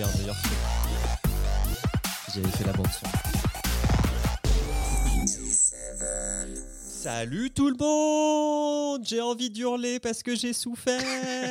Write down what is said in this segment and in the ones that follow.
trouvé un meilleur film. J'avais fait la bande son. Salut tout le monde! J'ai envie d'hurler parce que j'ai souffert!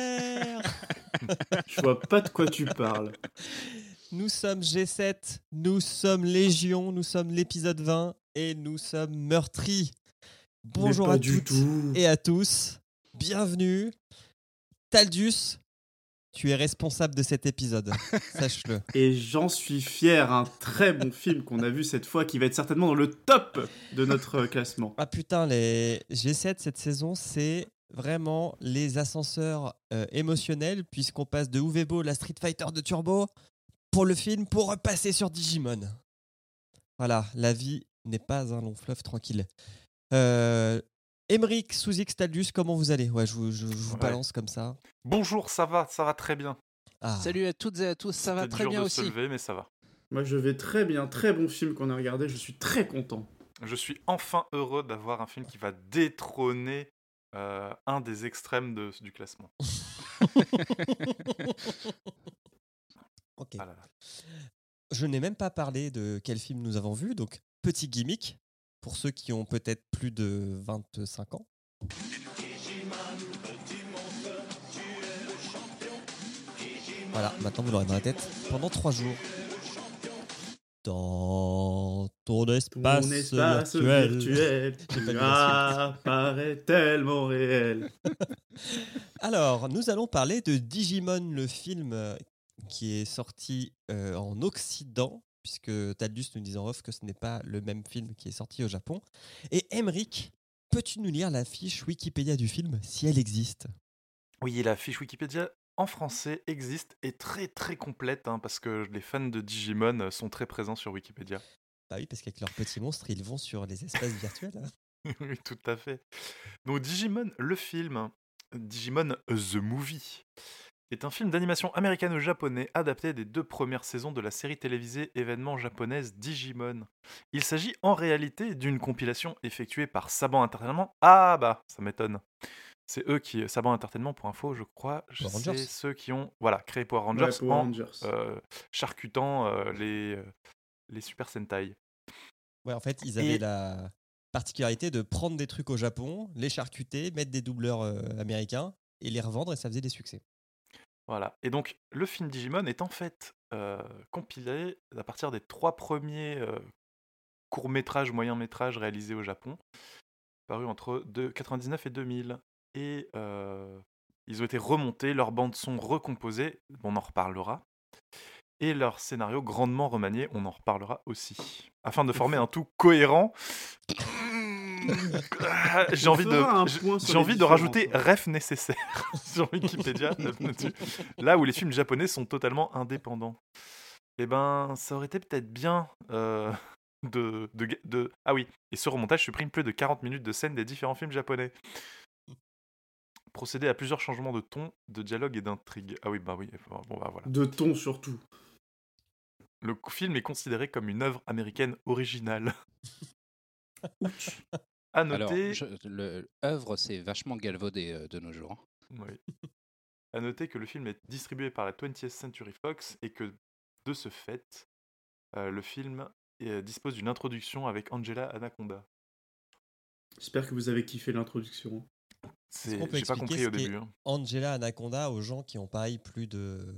Je vois pas de quoi tu parles. Nous sommes G7, nous sommes Légion, nous sommes l'épisode 20 et nous sommes meurtris. Bonjour pas à du toutes tout. et à tous. Bienvenue. Taldus, tu es responsable de cet épisode, sache-le. Et j'en suis fier, un très bon film qu'on a vu cette fois qui va être certainement dans le top de notre classement. Ah putain, les G7 cette saison, c'est vraiment les ascenseurs émotionnels puisqu'on passe de Uvebo, la Street Fighter de Turbo, pour le film, pour repasser sur Digimon. Voilà, la vie n'est pas un long fleuve tranquille. Emeric, Sous-X, Taldus, comment vous allez? Ouais, je vous balance comme ça. Bonjour, ça va très bien. Ah. Salut à toutes et à tous, ça va très bien aussi. C'est dur de se lever, mais ça va. Moi je vais très bien, très bon film qu'on a regardé, je suis très content. Je suis enfin heureux d'avoir un film qui va détrôner un des extrêmes du classement. Ok. Ah là là. Je n'ai même pas parlé de quel film nous avons vu, donc petit gimmick pour ceux qui ont peut-être plus de 25 ans. Voilà, maintenant vous l'aurez dans la tête pendant 3 jours. Dans ton espace virtuel. Tu apparaît tellement réel. Alors, nous allons parler de Digimon, le film qui est sorti en Occident, puisque Taldus nous disait en off que ce n'est pas le même film qui est sorti au Japon. Et Emeric, peux-tu nous lire la fiche Wikipédia du film, si elle existe? Oui, la fiche Wikipédia en français existe et très très complète, parce que les fans de Digimon sont très présents sur Wikipédia. Bah oui, parce qu'avec leurs petits monstres, ils vont sur les espaces virtuels. Oui, tout à fait. Donc Digimon, le film, Digimon The Movie, est un film d'animation américano-japonais adapté des 2 premières saisons de la série télévisée événement japonaise Digimon. Il s'agit en réalité d'une compilation effectuée par Saban Entertainment. Ah bah, ça m'étonne. C'est eux qui... Saban Entertainment, pour info, je crois, c'est ceux qui ont créé Power Rangers, Ouais, Power Rangers. Charcutant les Super Sentai. Ouais, en fait, ils avaient la particularité de prendre des trucs au Japon, les charcuter, mettre des doubleurs américains et les revendre, et ça faisait des succès. Voilà. Et donc, le film Digimon est en fait compilé à partir des 3 premiers courts-métrages, moyens-métrages réalisés au Japon, parus entre 1999 et 2000. Et ils ont été remontés, leurs bandes sont recomposées, on en reparlera, et leur scénario grandement remanié, on en reparlera aussi. Afin de former un tout cohérent, j'ai envie de rajouter ref nécessaire sur Wikipédia, là où les films japonais sont totalement indépendants. Eh ben, ça aurait été peut-être bien Ah oui, et ce remontage supprime plus de 40 minutes de scènes des différents films japonais. Procéder à plusieurs changements de ton, de dialogue et d'intrigue. Ah oui, bah oui, bon bah voilà. De ton surtout. Le film est considéré comme une œuvre américaine originale. À noter... Alors, l'œuvre, c'est vachement galvaudé de nos jours. Oui. À noter que le film est distribué par la 20th Century Fox et que, de ce fait, le film dispose d'une introduction avec Angela Anaconda. J'espère que vous avez kiffé l'introduction. J'ai pas compris au début. Angela Anaconda aux gens qui ont pareil plus de...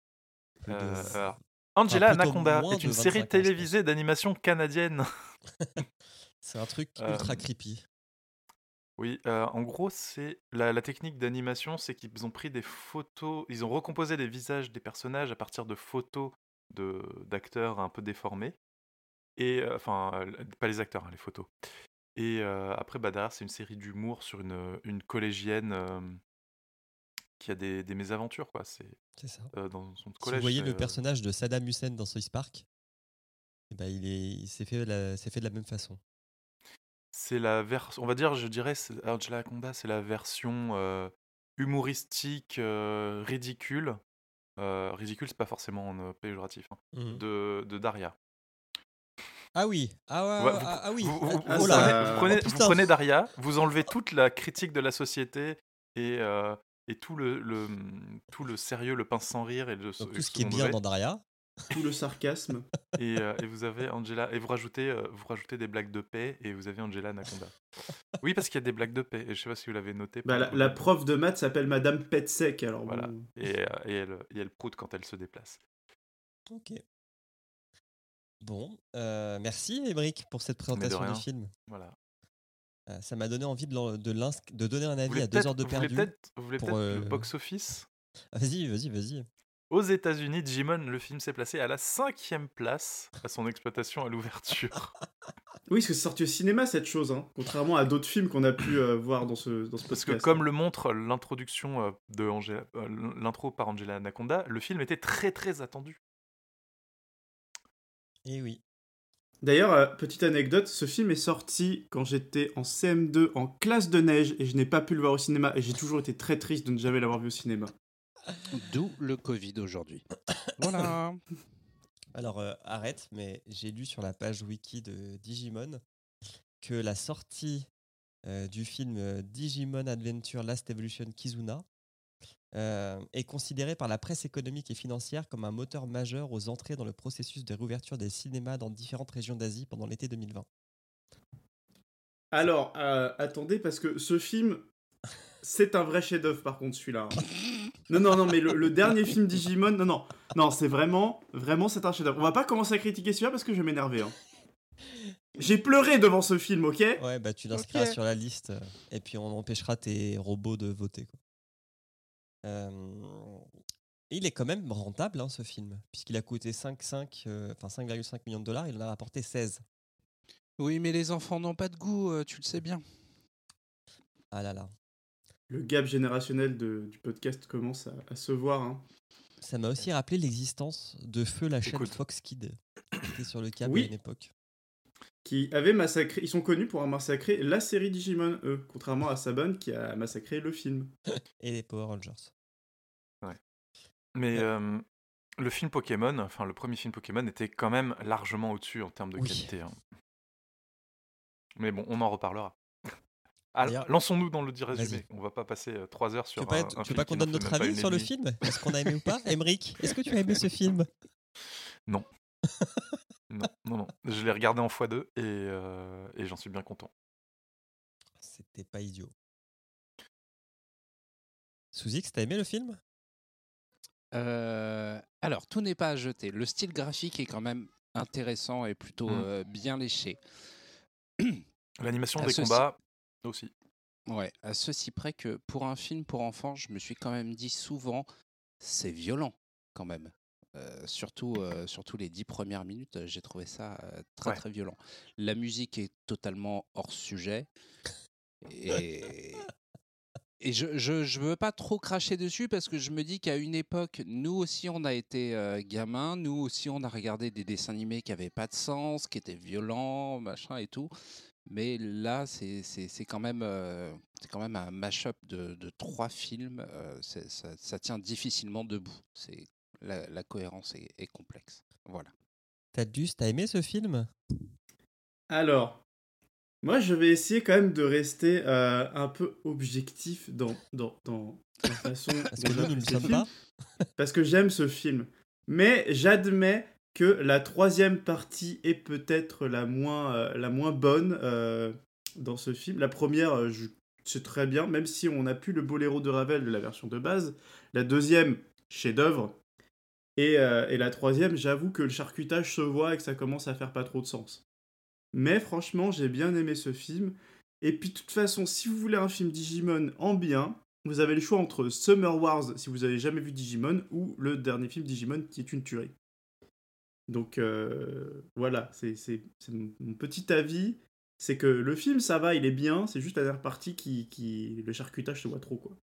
Angela Anaconda est une série télévisée d'animation canadienne. C'est un truc ultra creepy. Oui, en gros, c'est la technique d'animation, c'est qu'ils ont pris des photos, ils ont recomposé les visages des personnages à partir de photos d'acteurs un peu déformés. Et enfin, pas les acteurs, les photos. Et après, derrière, c'est une série d'humour sur une collégienne qui a des mésaventures, quoi. C'est ça. Dans son collège. Si vous voyez le personnage de Saddam Hussein dans South Park, il s'est fait de la même façon. C'est la version, on va dire, je dirais, Angela Anaconda, c'est la version humoristique, ridicule. Ridicule, c'est pas forcément péjoratif, de Daria. Ah oui, Vous prenez Daria, vous enlevez toute la critique de la société et tout le sérieux, le pince sans rire et donc tout ce qui est bien dans Daria, Tout le sarcasme. Et vous avez Angela. Et vous rajoutez des blagues de paix et vous avez Angela Anaconda. Oui, parce qu'il y a des blagues de paix. Et je sais pas si vous l'avez noté. Bah, la prof de maths s'appelle Madame Petsec, alors Voilà. bon. Et elle proute quand elle se déplace. Ok. Bon, merci Émeric pour cette présentation rien. du film. Voilà. Ça m'a donné envie de donner un Vous avis voulez à 2 heures de vous voulez perdu. peut-être le box-office? Vas-y. Aux États-Unis, Digimon, le film s'est placé à la 5e place à son exploitation à l'ouverture. Oui, parce que c'est sorti au cinéma cette chose, hein, contrairement à d'autres films qu'on a pu voir dans ce podcast. Parce que comme le montre l'introduction l'intro par Angela Anaconda, le film était très très attendu. Et oui. D'ailleurs, petite anecdote, ce film est sorti quand j'étais en CM2 en classe de neige et je n'ai pas pu le voir au cinéma et j'ai toujours été très triste de ne jamais l'avoir vu au cinéma. D'où le Covid aujourd'hui. Voilà. Alors arrête, mais j'ai lu sur la page wiki de Digimon que la sortie du film Digimon Adventure Last Evolution Kizuna est considérée par la presse économique et financière comme un moteur majeur aux entrées dans le processus de réouverture des cinémas dans différentes régions d'Asie pendant l'été 2020. Alors, attendez, parce que ce film, c'est un vrai chef-d'œuvre par contre celui-là. Non, mais le dernier film Digimon, non, c'est vraiment, c'est un chef-d'œuvre. On va pas commencer à critiquer celui-là parce que je vais m'énerver. Hein. J'ai pleuré devant ce film, ok ? Ouais, bah tu l'inscriras sur la liste et puis on empêchera tes robots de voter, quoi. Il est quand même rentable, hein, ce film, puisqu'il a coûté 5,5 millions de dollars, il en a rapporté 16. Oui, mais les enfants n'ont pas de goût, tu le sais bien. Ah là là. Le gap générationnel du podcast commence à se voir. Hein. Ça m'a aussi rappelé l'existence de Feu, la chaîne Fox Kids, qui était sur le câble à une époque. Qui avait massacré, ils sont connus pour avoir massacré la série Digimon, eux, contrairement à Saban qui a massacré le film. Et les Power Rangers. Ouais. Mais le film Pokémon, enfin le premier film Pokémon était quand même largement au-dessus en termes de qualité. Hein. Mais bon, on en reparlera. Lançons-nous dans le résumé. On va pas passer 3 heures sur un film. Tu veux pas qu'on donne notre avis sur le film ? Est-ce qu'on a aimé ou pas ? Émeric, est-ce que tu as aimé ce film ? Non. non. Je l'ai regardé en x2 et j'en suis bien content. C'était pas idiot. Souzix, t'as aimé le film ? Alors, tout n'est pas à jeter. Le style graphique est quand même intéressant et plutôt bien léché. L'animation des combats aussi. Ouais, à ceci près que pour un film pour enfants, je me suis quand même dit souvent, c'est violent quand même. Surtout les 10 premières minutes, j'ai trouvé ça très violent. La musique est totalement hors sujet. Et je veux pas trop cracher dessus parce que je me dis qu'à une époque, nous aussi on a été gamins, nous aussi on a regardé des dessins animés qui avaient pas de sens, qui étaient violents, machin et tout. Mais là, c'est quand même un mash-up de 3 films. Ça tient difficilement debout. La cohérence est complexe. Voilà. T'as aimé ce film ? Alors, moi, je vais essayer quand même de rester un peu objectif dans la façon parce que nous ne le sommes pas. Parce que j'aime ce film. Mais j'admets que la 3e partie est peut-être la moins bonne dans ce film. La première, c'est très bien, même si on n'a plus le boléro de Ravel de la version de base. La 2e, chef-d'œuvre. Et la 3e, j'avoue que le charcutage se voit et que ça commence à faire pas trop de sens. Mais franchement, j'ai bien aimé ce film. Et puis, de toute façon, si vous voulez un film Digimon en bien, vous avez le choix entre Summer Wars, si vous avez jamais vu Digimon, ou le dernier film Digimon, qui est une tuerie. Donc, voilà, c'est mon petit avis. C'est que le film, ça va, il est bien. C'est juste la dernière partie qui le charcutage se voit trop, quoi.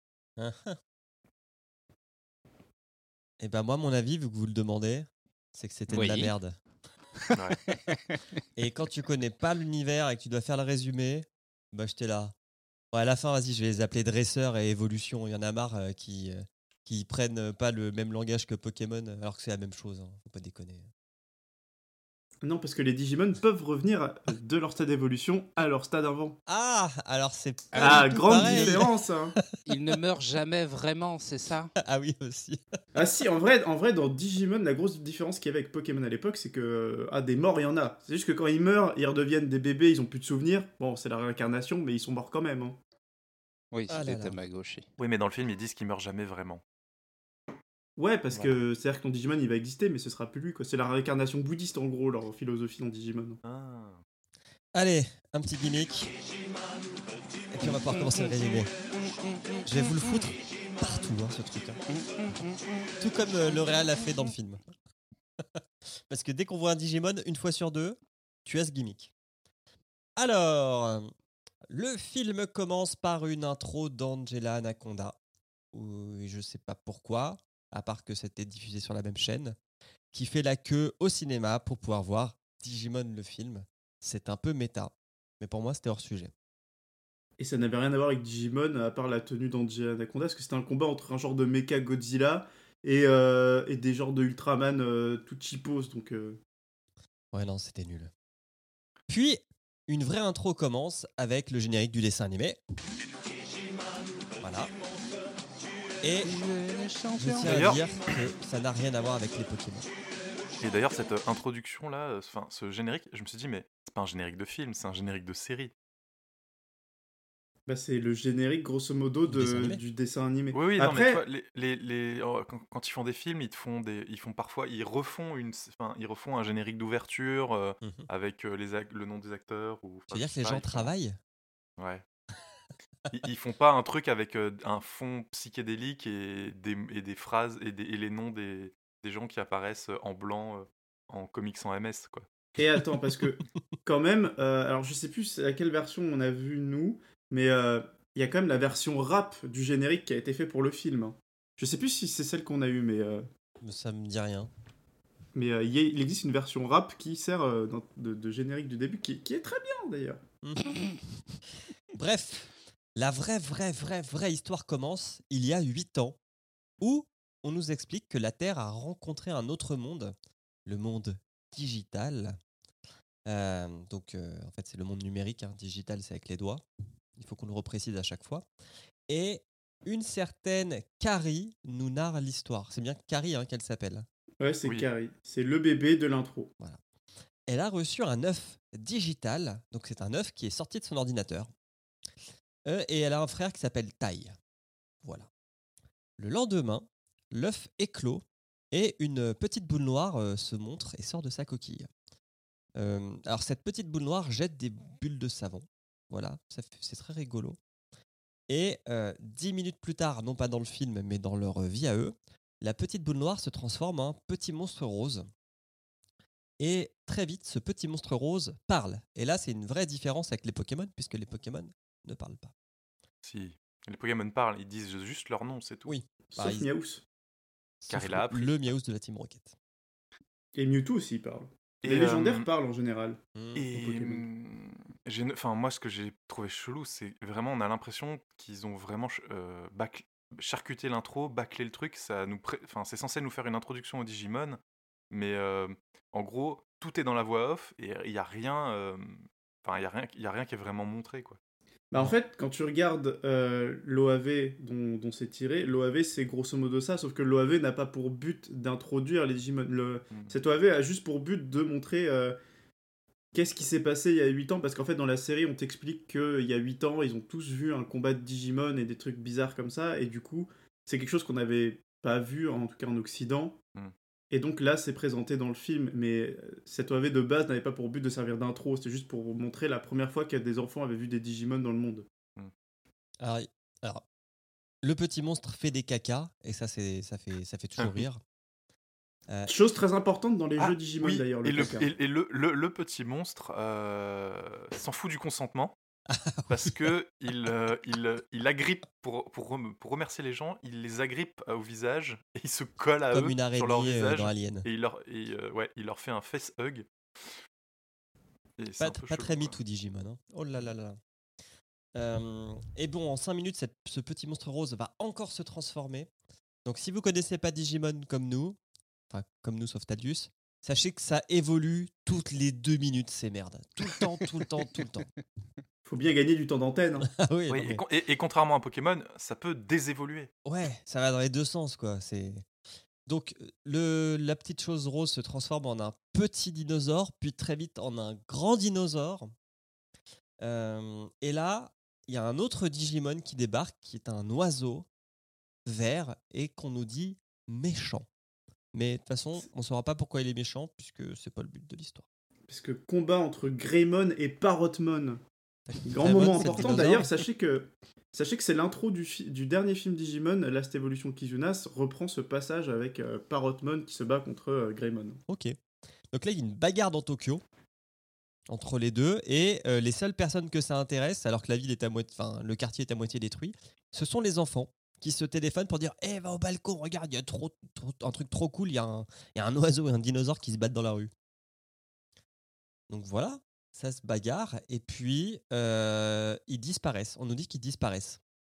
Et ben moi, mon avis, vu que vous le demandez, c'est que c'était de la merde. Ouais. Et quand tu connais pas l'univers et que tu dois faire le résumé, bah j'étais là. Ouais, à la fin, vas-y, je vais les appeler dresseurs et évolution. Il y en a marre qui prennent pas le même langage que Pokémon, alors que c'est la même chose. Hein. Faut pas déconner. Non, parce que les Digimon peuvent revenir de leur stade d'évolution à leur stade avant. Ah, alors c'est pas Ah, du tout grande pareil. différence, hein. Il ne meurt jamais vraiment, c'est ça? Ah oui, aussi. Ah si, en vrai, dans Digimon, la grosse différence qu'il y avait avec Pokémon à l'époque, c'est que des morts, il y en a. C'est juste que quand ils meurent, ils redeviennent des bébés, ils ont plus de souvenirs. Bon, c'est la réincarnation, mais ils sont morts quand même, hein. Oui, Ah c'est là des là. Tamagotchi. Oui, mais dans le film, ils disent qu'il meurt jamais vraiment. Ouais, parce Voilà. que c'est-à-dire que ton Digimon, il va exister, mais ce sera plus lui, quoi. C'est la réincarnation bouddhiste, en gros, leur philosophie dans Digimon. Ah. Allez, un petit gimmick. Et puis on va pouvoir commencer le résumé. Je vais vous le foutre partout, hein, ce truc. Hein. Tout comme le Réal a fait dans le film. Parce que dès qu'on voit un Digimon, une fois sur deux, tu as ce gimmick. Alors, le film commence par une intro d'Angela Anaconda. Où je sais pas pourquoi, à part que c'était diffusé sur la même chaîne, qui fait la queue au cinéma pour pouvoir voir Digimon le film. C'est un peu méta. Mais pour moi, c'était hors sujet. Et ça n'avait rien à voir avec Digimon, à part la tenue d'Angela Anaconda, parce que c'était un combat entre un genre de mecha Godzilla et des genres de Ultraman tout cheapos, donc... Ouais, non, c'était nul. Puis, une vraie intro commence avec le générique du dessin animé. Voilà. Et je tiens à D'ailleurs- dire que ça n'a rien à voir avec les Pokémon. Et d'ailleurs, cette introduction-là, enfin, ce générique, je me suis dit, mais c'est pas un générique de film, c'est un générique de série. Bah, c'est le générique, grosso modo, Du dessin animé. du dessin animé. Oui, non, mais Après, tu vois, quand ils font des films, ils refont un générique d'ouverture Mhm. avec le nom des acteurs. Tu veux dire que les gens travaillent? Ouais. Ils font pas un truc avec un fond psychédélique et des phrases et les noms des gens qui apparaissent en blanc en comics en MS, quoi. et attends, parce que quand même, alors je sais plus à quelle version on a vu nous, mais il y a quand même la version rap du générique qui a été fait pour le film, hein. Je sais plus si c'est celle qu'on a eue, Mais ça me dit rien. il existe une version rap qui sert de générique du début, qui est très bien d'ailleurs. Bref, la vraie histoire commence il y a 8 ans, où on nous explique que la Terre a rencontré un autre monde, le monde digital. En fait, c'est le monde numérique, hein. Digital, c'est avec les doigts. Il faut qu'on le reprécise à chaque fois. Et une certaine Carrie nous narre l'histoire. C'est bien Carrie, hein, qu'elle s'appelle. Ouais, c'est Oui. Carrie. C'est le bébé de l'intro. Elle a reçu un œuf digital, donc c'est un œuf qui est sorti de son ordinateur. Et elle a un frère qui s'appelle Tai. Voilà. Le lendemain, l'œuf éclot et une petite boule noire se montre et sort de sa coquille. Alors cette petite boule noire jette des bulles de savon. Voilà, c'est très rigolo. Et 10 minutes plus tard, non pas dans le film, mais dans leur vie à eux, la petite boule noire se transforme en petit monstre rose. Et très vite, ce petit monstre rose parle. Et là, c'est une vraie différence avec les Pokémon, puisque les Pokémon ne parlent pas. Si les Pokémon parlent, ils disent juste leur nom, c'est tout. Oui, Sauf pareil. Miaous. Car Sauf il a appris. le Miaous de la Team Rocket. Et Mewtwo aussi parle. Et, Les légendaires parlent en général. Et Pokémon. moi, ce que j'ai trouvé chelou, c'est vraiment, on a l'impression qu'ils ont vraiment charcuté l'intro, bâclé le truc. C'est censé nous faire une introduction au Digimon, mais en gros, tout est dans la voix off et il y a rien. Il y a rien qui est vraiment montré, quoi. Bah en fait, quand tu regardes l'OAV dont c'est tiré, l'OAV c'est grosso modo ça, sauf que l'OAV n'a pas pour but d'introduire les Digimon. Cet OAV a juste pour but de montrer qu'est-ce qui s'est passé il y a 8 ans, parce qu'en fait dans la série on t'explique qu'il y a 8 ans ils ont tous vu un combat de Digimon et des trucs bizarres comme ça, et du coup c'est quelque chose qu'on n'avait pas vu, en tout cas en Occident. Et donc là, c'est présenté dans le film, mais cette OAV de base n'avait pas pour but de servir d'intro, c'était juste pour montrer la première fois que des enfants avaient vu des Digimon dans le monde. Alors, le petit monstre fait des cacas, et ça fait toujours rire. Chose très importante dans les jeux Digimon oui, d'ailleurs, le et caca. le petit monstre s'en fout du consentement. Parce que il agrippe pour remercier les gens, il les agrippe au visage et il se colle à Comme eux une sur leur araignée visage dans Alien. et il leur fait un face hug. Et c'est Pas un peu très chelou, quoi. MeToo Digimon. Hein. Oh là là là. Et bon, en 5 minutes, ce petit monstre rose va encore se transformer. Donc si vous connaissez pas Digimon comme nous, enfin comme nous sauf Tadius, sachez que ça évolue toutes les 2 minutes, ces merdes. Tout le temps, tout le temps, tout le temps. Faut bien gagner du temps d'antenne. Hein. Ah oui, Oui, non, mais- et contrairement à Pokémon, ça peut désévoluer. Ouais, ça va dans les deux sens, quoi. C'est... Donc, la petite chose rose se transforme en un petit dinosaure, puis très vite en un grand dinosaure. Et là, il y a un autre Digimon qui débarque, qui est un oiseau vert, et qu'on nous dit méchant. Mais de toute façon, on ne saura pas pourquoi il est méchant, puisque c'est pas le but de l'histoire. Parce que combat entre Greymon et Parrotmon. Grand Greymon, moment c'est le important. dinosaure. D'ailleurs, sachez que c'est l'intro du dernier film Digimon, Last Evolution Kizunas, reprend ce passage avec Parrotmon qui se bat contre Greymon. Ok. Donc là, il y a une bagarre dans Tokyo entre les deux, et les seules personnes que ça intéresse, alors que la ville est à moitié, enfin, le quartier est à moitié détruit, ce sont les enfants qui se téléphonent pour dire va au balcon, regarde, il y a un truc trop cool, il y a un oiseau et un dinosaure qui se battent dans la rue. Donc voilà, ça se bagarre, et puis ils disparaissent. On nous dit qu'ils disparaissent.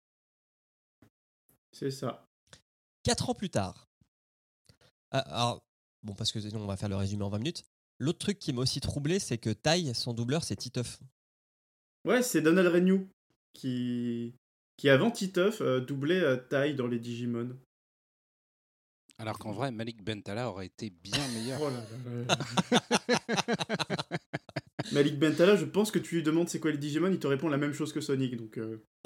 C'est ça. 4 ans plus tard. Alors, bon, parce que sinon on va faire le résumé en 20 minutes. L'autre truc qui m'a aussi troublé, c'est que Tai, son doubleur, c'est Titeuf. Ouais, c'est Donald Renew qui avant Titeuf doublait Tai dans les Digimon. Alors qu'en vrai, Malik Bentala aurait été bien meilleur. Oh là là. Malik Bentala, je pense que tu lui demandes c'est quoi les Digimon, il te répond la même chose que Sonic. Donc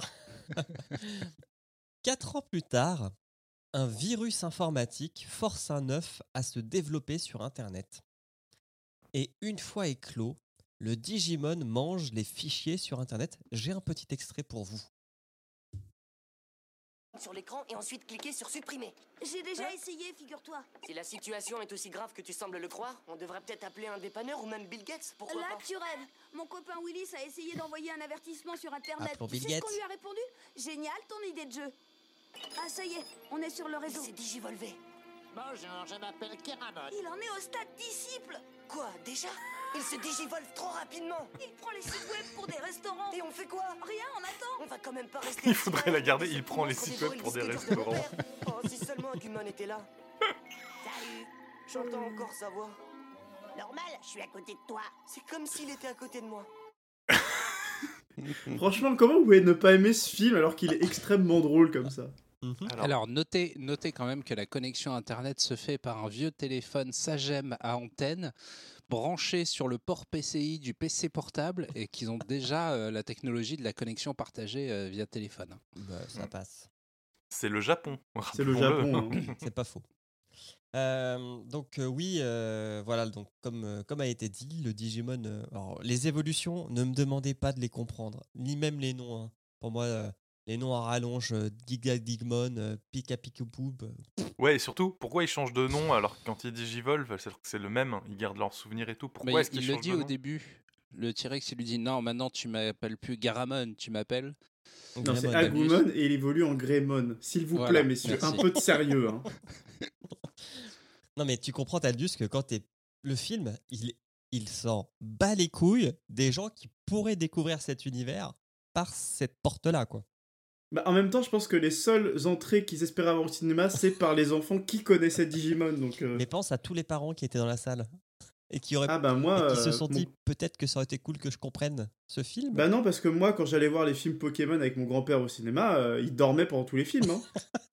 4 ans plus tard, un virus informatique force un œuf à se développer sur Internet. Et une fois éclos, le Digimon mange les fichiers sur Internet. J'ai un petit extrait pour vous. Sur l'écran et ensuite cliquer sur supprimer. J'ai déjà essayé, figure-toi. Si la situation est aussi grave que tu sembles le croire, on devrait peut-être appeler un dépanneur ou même Bill Gates, pourquoi Là, pas. tu rêves. Mon copain Willis a essayé d'envoyer un avertissement sur Internet. Appelons Tu Bill sais ce Gates. qu'on lui a répondu? Génial, ton idée de jeu. Ah, ça y est, on est sur le Il réseau. s'est digivolvé. Bonjour, je m'appelle Keramon. Il en est au stade disciple. Quoi, déjà? Il se digivolve trop rapidement. Il prend les sites web pour des restaurants. Et on fait quoi? Rien, on attend. On va quand même pas rester... Il faudrait la garder, Ce il prend les monstre sites dévore web le pour des disque dur de mon restaurants. père. Oh, si seulement Agumon était là. Salut. J'entends encore sa voix. Normal, je suis à côté de toi. C'est comme s'il était à côté de moi. franchement, comment vous pouvez ne pas aimer ce film alors qu'il est extrêmement drôle comme ça? Alors, notez quand même que la connexion Internet se fait par un vieux téléphone Sagem à antenne branché sur le port PCI du PC portable et qu'ils ont déjà la technologie de la connexion partagée via téléphone. Bah, ça passe. C'est le Japon. C'est le rappelons-le. Japon. Hein. C'est pas faux. Donc oui, voilà. Donc comme a été dit, le Digimon. Alors, les évolutions, ne me demandez pas de les comprendre, ni même les noms. Hein. Pour moi, les noms à rallonge, Digimon, Pika Pikaboob. Ouais, et surtout, pourquoi ils changent de nom alors que quand ils digivolvent, c'est le même, ils gardent leurs souvenirs et tout. Mais Pourquoi est-ce il qu'ils le changent dit de au nom? début. Le T-Rex, il lui dit non, maintenant tu m'appelles plus Garamon, tu m'appelles. Non, c'est Greymon. Agumon et il évolue en Greymon. S'il vous Voilà, plaît, messieurs, merci. un peu de sérieux. Hein. Non mais tu comprends, Taldus, que quand le film, il s'en bat les couilles des gens qui pourraient découvrir cet univers par cette porte-là, quoi. Bah, en même temps, je pense que les seules entrées qu'ils espéraient avoir au cinéma, c'est par les enfants qui connaissaient Digimon. Donc, Mais pense à tous les parents qui étaient dans la salle et qui auraient ah bah moi, et qui se sont mon- dit peut-être que ça aurait été cool que je comprenne ce film. bah non, parce que moi, quand j'allais voir les films Pokémon avec mon grand-père au cinéma, il dormait pendant tous les films. Hein.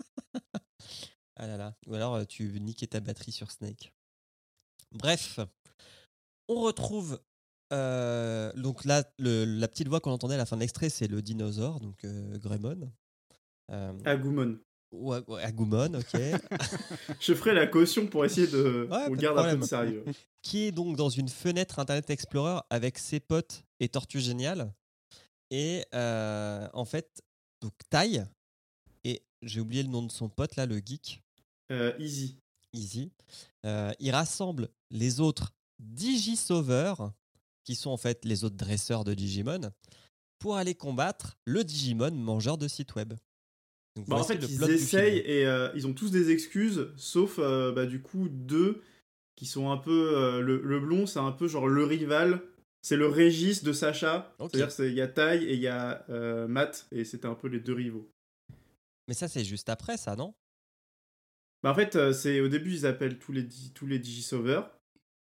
Ah là là. Ou alors tu niquais ta batterie sur Snake. Bref, on retrouve donc là la petite voix qu'on entendait à la fin de l'extrait, c'est le dinosaure, donc Greymon. Agumon. Ouais, Agumon, ok. Je ferai la caution pour essayer de... Ouais, on pas de garde un peu problème. de sérieux. Qui est donc dans une fenêtre Internet Explorer avec ses potes et Tortue Géniale. Et en fait, donc Tai, et j'ai oublié le nom de son pote là, le geek, Easy. Easy, il rassemble les autres Digisauveurs, qui sont en fait les autres dresseurs de Digimon, pour aller combattre le Digimon mangeur de site web. Donc Bah, en voici fait, le ils plot du essayent film. et ils ont tous des excuses, sauf bah, du coup deux qui sont un peu... le blond, c'est un peu genre le rival. C'est le Régis de Sacha. Ok. C'est-à-dire il y a Tai et il y a Matt, et c'était un peu les deux rivaux. Mais ça, c'est juste après, ça, non? Bah, en fait, c'est au début, ils appellent tous les Digisauveurs.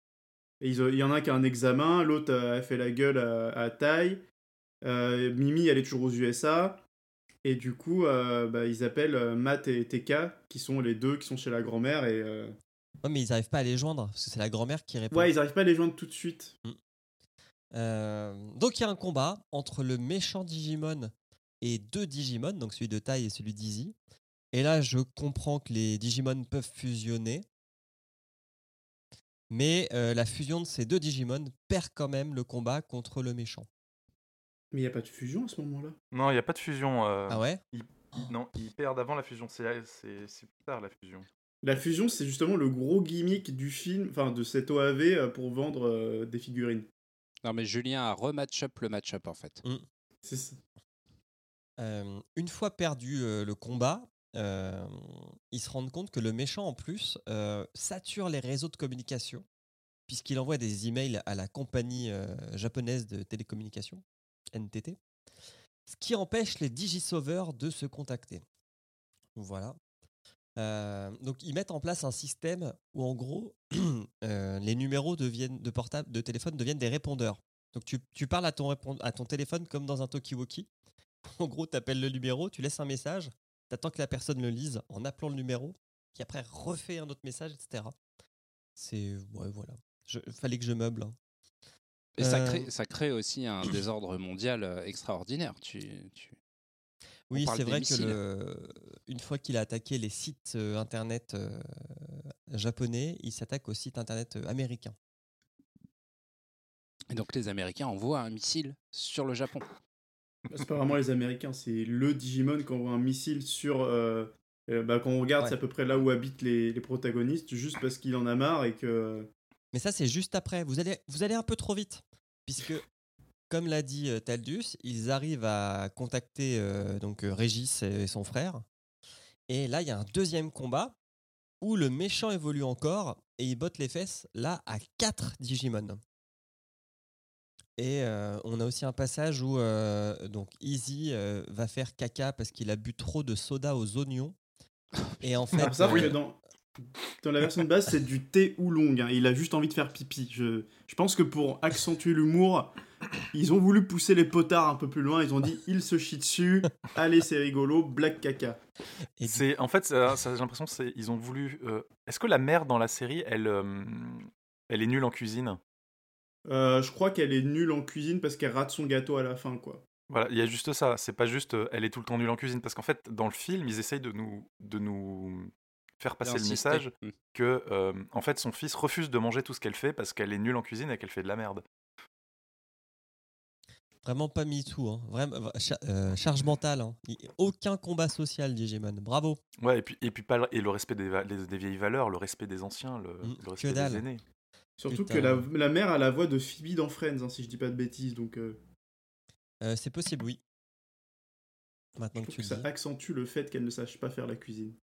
Et il y en a un qui a un examen, l'autre a fait la gueule à Tai. Mimi, elle est toujours aux USA. Et du coup, ils appellent Matt et TK, qui sont les deux qui sont chez la grand-mère. Et Ouais, mais ils n'arrivent pas à les joindre, parce que c'est la grand-mère qui répond. ouais, ils n'arrivent pas à les joindre tout de suite. Donc il y a un combat entre le méchant Digimon et 2 Digimon, donc celui de Tai et celui d'Easy. Et là, je comprends que les Digimon peuvent fusionner. Mais la fusion de ces 2 Digimon perd quand même le combat contre le méchant. Mais il n'y a pas de fusion à ce moment-là. Non, il n'y a pas de fusion. Ah ouais? Non, ils perdent avant la fusion. C'est plus tard la fusion. La fusion, c'est justement le gros gimmick du film, enfin de cet OAV pour vendre des figurines. Non, mais Julien a rematch-up le match-up, en fait. C'est ça. Une fois perdu le combat, ils se rendent compte que le méchant, en plus, sature les réseaux de communication, puisqu'il envoie des emails à la compagnie japonaise de télécommunications, NTT, ce qui empêche les Digisauveurs de se contacter. Voilà. Donc ils mettent en place un système où en gros les numéros de téléphone deviennent des répondeurs. Donc tu parles à ton téléphone comme dans un talkie-walkie. En gros, tu appelles le numéro, tu laisses un message, tu attends que la personne le lise en appelant le numéro, qui après refait un autre message, etc. Ouais, voilà. Fallait que je meuble. Hein. Et ça crée aussi un désordre mondial extraordinaire. Oui, parle c'est des vrai missiles. que une fois qu'il a attaqué les sites internet japonais, il s'attaque aux sites internet américains. Et donc les Américains envoient un missile sur le Japon. C'est pas vraiment les Américains, c'est le Digimon qui envoie un missile sur. Quand on regarde, Ouais. c'est à peu près là où habitent les protagonistes, juste parce qu'il en a marre et que. Mais ça, c'est juste après. Vous allez un peu trop vite, puisque, comme l'a dit Taldus, ils arrivent à contacter Régis et son frère. Et là, il y a un deuxième combat où le méchant évolue encore et il botte les fesses, là, à 4 Digimon. Et on a aussi un passage où Easy va faire caca parce qu'il a bu trop de soda aux oignons. Et en fait, Alors, sauf que dans la version de base, c'est du thé oolong. Hein. Il a juste envie de faire pipi. Je pense que pour accentuer l'humour, ils ont voulu pousser les potards un peu plus loin. Ils ont dit, il se chie dessus. Allez, c'est rigolo. Black caca. En fait, j'ai l'impression qu'ils ont voulu. Est-ce que la mère dans la série, elle est nulle en cuisine? Je crois qu'elle est nulle en cuisine parce qu'elle rate son gâteau à la fin, quoi. Voilà, il y a juste ça. C'est pas juste elle est tout le temps nulle en cuisine. Parce qu'en fait, dans le film, ils essayent de nous faire passer le message que en fait, son fils refuse de manger tout ce qu'elle fait parce qu'elle est nulle en cuisine et qu'elle fait de la merde. Vraiment pas MeToo, hein. Vraiment, charge mentale. Hein. Aucun combat social, Digimon. Bravo. Ouais, et puis pas le respect des vieilles valeurs, le respect des anciens, le respect des aînés. Surtout Putain. que la mère a la voix de Phoebe dans Friends, hein, si je dis pas de bêtises. Donc, c'est possible, oui. Maintenant je que trouve tu que le ça dis. accentue le fait qu'elle ne sache pas faire la cuisine.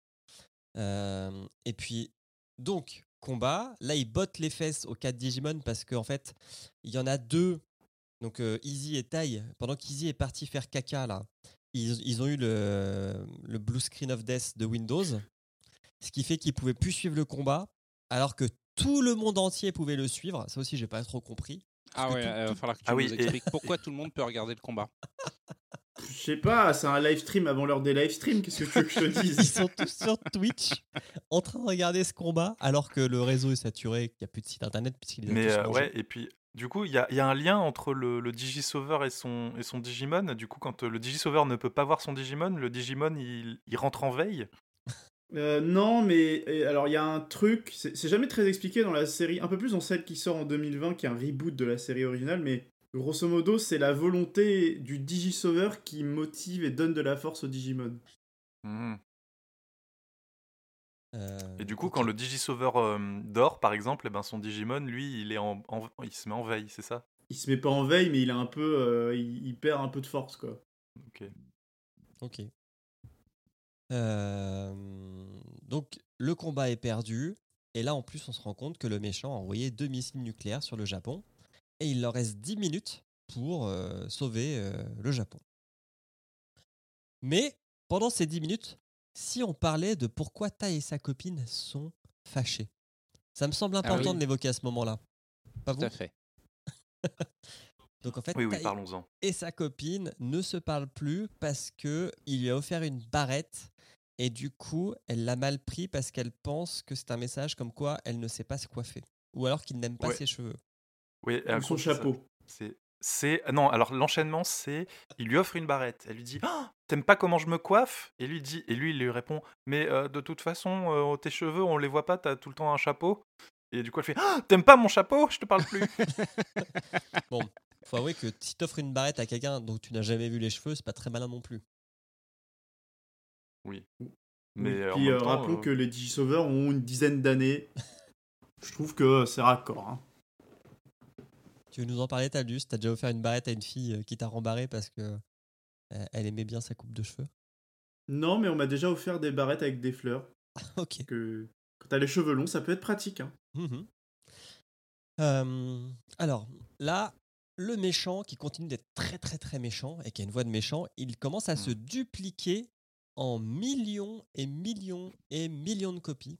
Et puis, donc, combat. Là, il botte les fesses aux 4 Digimon parce qu'en fait, il y en a 2. Donc, Easy et Tai, pendant qu'Easy est parti faire caca, là, ils ont eu le Blue Screen of Death de Windows. Ce qui fait qu'ils pouvaient plus suivre le combat, alors que tout le monde entier pouvait le suivre. Ça aussi, j'ai pas trop compris. Ah ouais, il va falloir que tu nous expliques pourquoi tout le monde peut regarder le combat. Je sais pas, c'est un live stream avant l'heure des live streams, qu'est-ce que tu veux que je te dise? Ils sont tous sur Twitch en train de regarder ce combat, alors que le réseau est saturé, qu'il n'y a plus de site internet puisqu'il est tous mangés. Ouais, et puis du coup, il y a un lien entre le Digisauveur et son Digimon. Du coup, quand le Digisauveur ne peut pas voir son Digimon, le Digimon il rentre en veille. Non, mais alors il y a un truc, c'est jamais très expliqué dans la série, un peu plus dans celle qui sort en 2020, qui est un reboot de la série originale, mais grosso modo, c'est la volonté du Digisauveur qui motive et donne de la force au Digimon. Et du coup, quand le Digisauveur dort, par exemple, son Digimon, lui, il se met en veille, c'est ça? Il se met pas en veille, mais il a un peu, il perd un peu de force, quoi. Ok. Donc, le combat est perdu. Et là, en plus, on se rend compte que le méchant a envoyé 2 missiles nucléaires sur le Japon. Et il leur reste 10 minutes pour sauver le Japon. Mais, pendant ces 10 minutes, si on parlait de pourquoi Tai et sa copine sont fâchés. Ça me semble important de l'évoquer à ce moment-là. Pas Tout vous à fait. Donc en fait, Oui, Tai parlons-en. et sa copine ne se parlent plus parce que il lui a offert une barrette et du coup, elle l'a mal pris parce qu'elle pense que c'est un message comme quoi elle ne sait pas se coiffer ou alors qu'il n'aime pas Ouais. ses cheveux. Oui, Ou son chapeau. Non, alors l'enchaînement, c'est il lui offre une barrette. Elle lui dit «Ah, t'aimes pas comment je me coiffe?» Et lui, il lui répond «Mais de toute façon, tes cheveux, on les voit pas, t'as tout le temps un chapeau.» Et du coup, elle fait «Ah, t'aimes pas mon chapeau? Je te parle plus.» Bon, faut avouer que si t'offres une barrette à quelqu'un dont tu n'as jamais vu les cheveux, c'est pas très malin non plus. Oui. Oui, Mais en puis même temps, rappelons que les Digisauveurs ont une dizaine d'années. Je trouve que c'est raccord. Hein. Tu veux nous en parler, Taldus? T'as déjà offert une barrette à une fille qui t'a rembarré parce que elle aimait bien sa coupe de cheveux? Non, mais on m'a déjà offert des barrettes avec des fleurs. Ok. Que quand t'as les cheveux longs, ça peut être pratique. Hein. Mhm. Alors, là, le méchant qui continue d'être très très très méchant et qui a une voix de méchant, il commence à se dupliquer en millions et millions et millions de copies.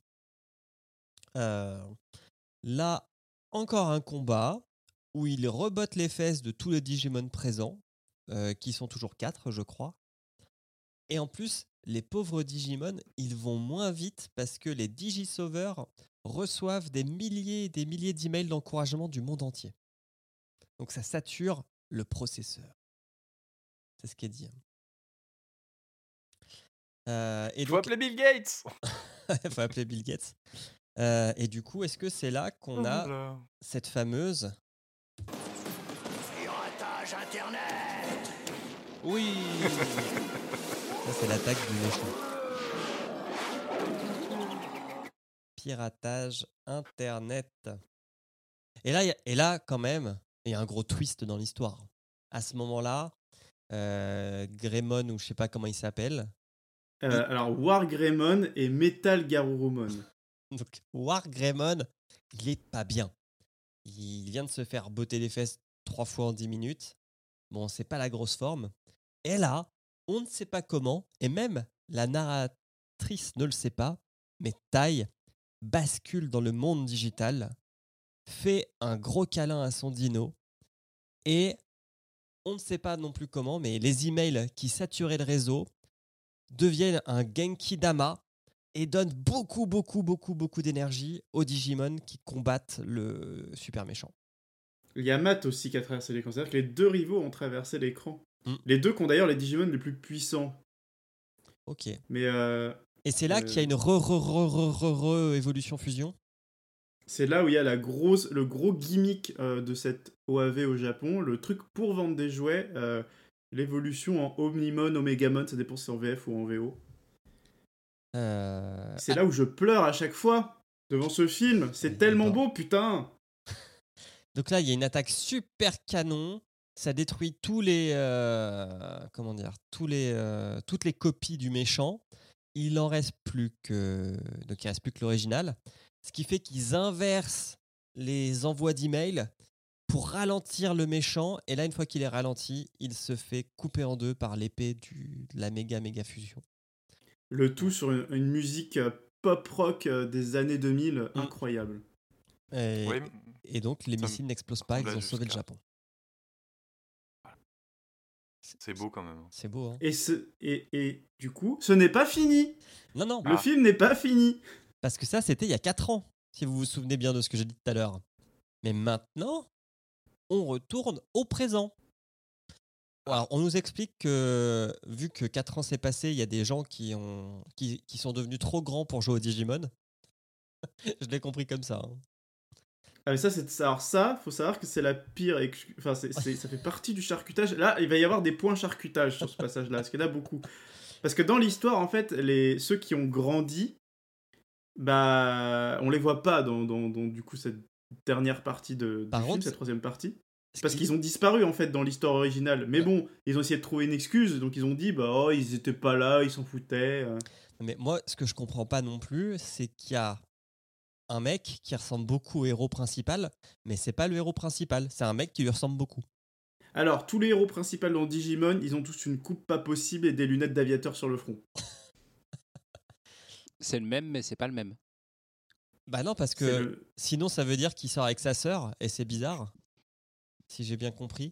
Là, encore un combat où il rebotte les fesses de tous les Digimon présents, qui sont toujours 4, je crois. Et en plus, les pauvres Digimon, ils vont moins vite parce que les Digisauveurs reçoivent des milliers et des milliers d'emails d'encouragement du monde entier. Donc ça sature le processeur. C'est ce qui est dit. Et faut donc, appeler Bill Gates. il faut appeler Bill Gates. Et du coup, est-ce que c'est là qu'on a Voilà. cette fameuse... Piratage Internet. Oui. Ça, c'est l'attaque du méchant. Piratage Internet. Et là, quand même, il y a un gros twist dans l'histoire. À ce moment-là, Greymon, ou je sais pas comment il s'appelle, Alors, War Greymon et Metal Garurumon. donc War Greymon, il est pas bien. Il vient de se faire botter les fesses 3 fois en 10 minutes. Bon, c'est pas la grosse forme. Et là, on ne sait pas comment, et même la narratrice ne le sait pas, mais Tai bascule dans le monde digital, fait un gros câlin à son dino, et on ne sait pas non plus comment, mais les emails qui saturaient le réseau deviennent un Genki Dama et donnent beaucoup, beaucoup, beaucoup, beaucoup d'énergie aux Digimon qui combattent le super méchant. Il y a Matt aussi qui a traversé l'écran. C'est-à-dire que les deux rivaux ont traversé l'écran. Mm. Les deux qui ont d'ailleurs les Digimon les plus puissants. Ok. Mais Et c'est là qu'il y a une évolution fusion. c'est là où il y a le gros gimmick de cette OAV au Japon. Le truc pour vendre des jouets. L'évolution en Omnimon, Omegamon, ça dépend si c'est en VF ou en VO. C'est là où je pleure à chaque fois devant ce film. C'est tellement beau, putain. Donc là, il y a une attaque super canon. Ça détruit toutes les copies du méchant. Il en reste plus que l'original. Ce qui fait qu'ils inversent les envois d'emails pour ralentir le méchant. Et là, une fois qu'il est ralenti, il se fait couper en deux par l'épée de la méga fusion. Le tout sur une musique pop-rock des années 2000, incroyable. Et donc, les missiles n'explosent pas, ils ont sauvé le Japon. C'est beau quand même. C'est beau, hein. Et du coup, ce n'est pas fini. Non. Le film n'est pas fini. Parce que ça, c'était il y a 4 ans, si vous vous souvenez bien de ce que j'ai dit tout à l'heure. Mais maintenant, on retourne au présent. Alors, on nous explique que, vu que 4 ans s'est passé, il y a des gens qui sont devenus trop grands pour jouer au Digimon. Je l'ai compris comme ça. Hein. Ah mais alors ça, faut savoir que c'est la pire. Enfin, ça fait partie du charcutage. Là, il va y avoir des points charcutage sur ce passage-là, parce qu'il y en a beaucoup. Parce que dans l'histoire, en fait, ceux qui ont grandi, bah, on les voit pas dans du coup cette dernière partie du film, cette troisième partie. Parce qu'ils ont disparu en fait dans l'histoire originale. Mais bon, ils ont essayé de trouver une excuse, donc ils ont dit ils étaient pas là, ils s'en foutaient. Mais moi, ce que je comprends pas non plus, c'est qu'il y a un mec qui ressemble beaucoup au héros principal, mais c'est pas le héros principal, c'est un mec qui lui ressemble beaucoup. Alors, tous les héros principaux dans Digimon, ils ont tous une coupe pas possible et des lunettes d'aviateur sur le front. C'est le même, mais c'est pas le même. Bah non, parce C'est que sinon ça veut dire qu'il sort avec sa sœur et c'est bizarre, si j'ai bien compris.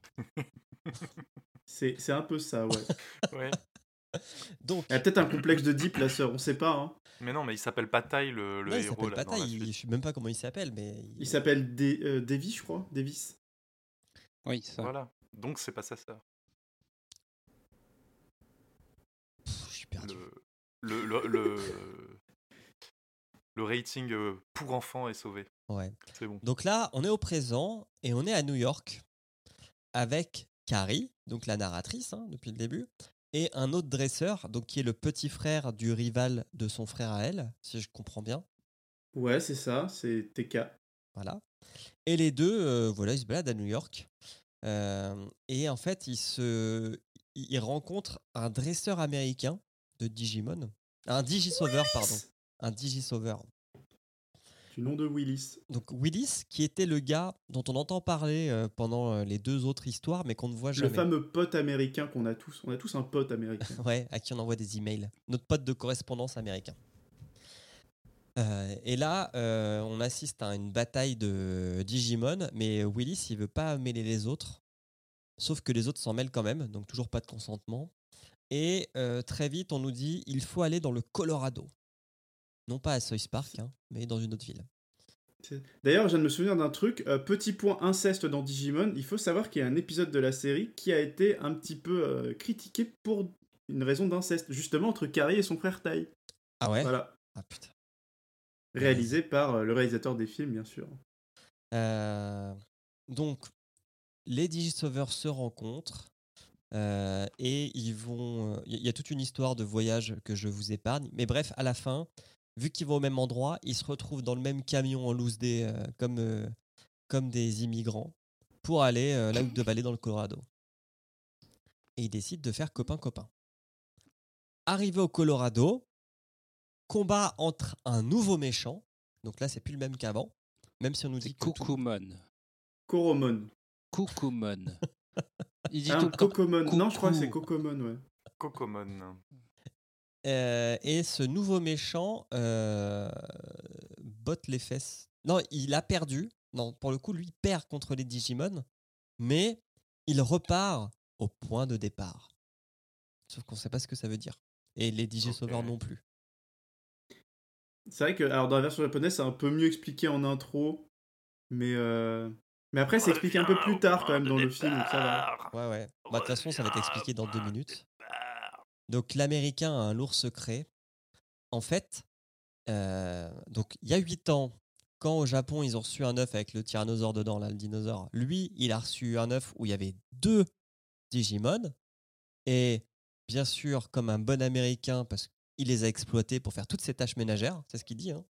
c'est un peu ça, ouais. Ouais. Donc, Elle a peut-être un complexe de Deep, la sœur, on sait pas. Hein. Mais non, mais il s'appelle Bataille, le non, il héros, s'appelle là, pas dans la Taille, je suite. sais même pas comment il s'appelle, mais Il s'appelle Davis, je crois. Davis. Oui, ça. Voilà. Donc, c'est pas sa sœur. Je suis perdu. Le rating pour enfants est sauvé. Ouais. C'est bon. Donc là, on est au présent et on est à New York avec Carrie, donc la narratrice depuis le début, et un autre dresseur, donc qui est le petit frère du rival de son frère à elle, si je comprends bien. Ouais, c'est ça, c'est TK. Voilà. Et les deux, voilà, ils se baladent à New York. Et en fait, ils rencontrent un dresseur américain de Digimon. Un Digisauveur, pardon. Un Digisauveur. Du nom de Willis. Donc Willis, qui était le gars dont on entend parler pendant les deux autres histoires, mais qu'on ne voit Le jamais. fameux pote américain qu'on a tous. On a tous un pote américain. Ouais, à qui on envoie des emails. Notre pote de correspondance américain. Et là, on assiste à une bataille de Digimon, mais Willis, il veut pas mêler les autres. Sauf que les autres s'en mêlent quand même, donc toujours pas de consentement. Et très vite, on nous dit il faut aller dans le Colorado. Non pas à Soys Park, mais dans une autre ville. D'ailleurs, je viens de me souvenir d'un truc. Petit point inceste dans Digimon. Il faut savoir qu'il y a un épisode de la série qui a été un petit peu critiqué pour une raison d'inceste, justement entre Carrie et son frère Tai. Ah ouais. Voilà. Ah putain. Réalisé par le réalisateur des films, bien sûr. Donc, les Digisauveurs se rencontrent et ils vont. Il y a toute une histoire de voyage que je vous épargne. Mais bref, à la fin, vu qu'ils vont au même endroit, ils se retrouvent dans le même camion en loose day comme des immigrants pour aller là où ils doivent aller dans le Colorado. Et ils décident de faire copain-copain. Arrivé au Colorado, combat entre un nouveau méchant. Donc là, c'est plus le même qu'avant. Même si on nous dit C'est que tout- Kukumon. Koromon. Kukumon. Il dit Ah, tout le temps. Kokomon. Non, je crois que c'est Coucou. Kokomon, ouais. Cocomon. Et ce nouveau méchant botte les fesses. Non, il a perdu. Non, pour le coup, lui, il perd contre les Digimon. Mais il repart au point de départ. Sauf qu'on ne sait pas ce que ça veut dire. Et les Digisauveurs Ok. non plus. C'est vrai que alors dans la version japonaise, c'est un peu mieux expliqué en intro. Mais après, c'est expliqué un peu plus tard quand même dans le film, donc ça va. Ouais, ouais. Bah, de toute façon, ça va être expliqué dans 2 minutes. Donc, l'Américain a un lourd secret. En fait, donc il y a 8 ans, quand au Japon, ils ont reçu un œuf avec le tyrannosaure dedans, là, le dinosaure, lui, il a reçu un œuf où il y avait 2 Digimon. Et bien sûr, comme un bon Américain, parce qu'il les a exploités pour faire toutes ses tâches ménagères, c'est ce qu'il dit.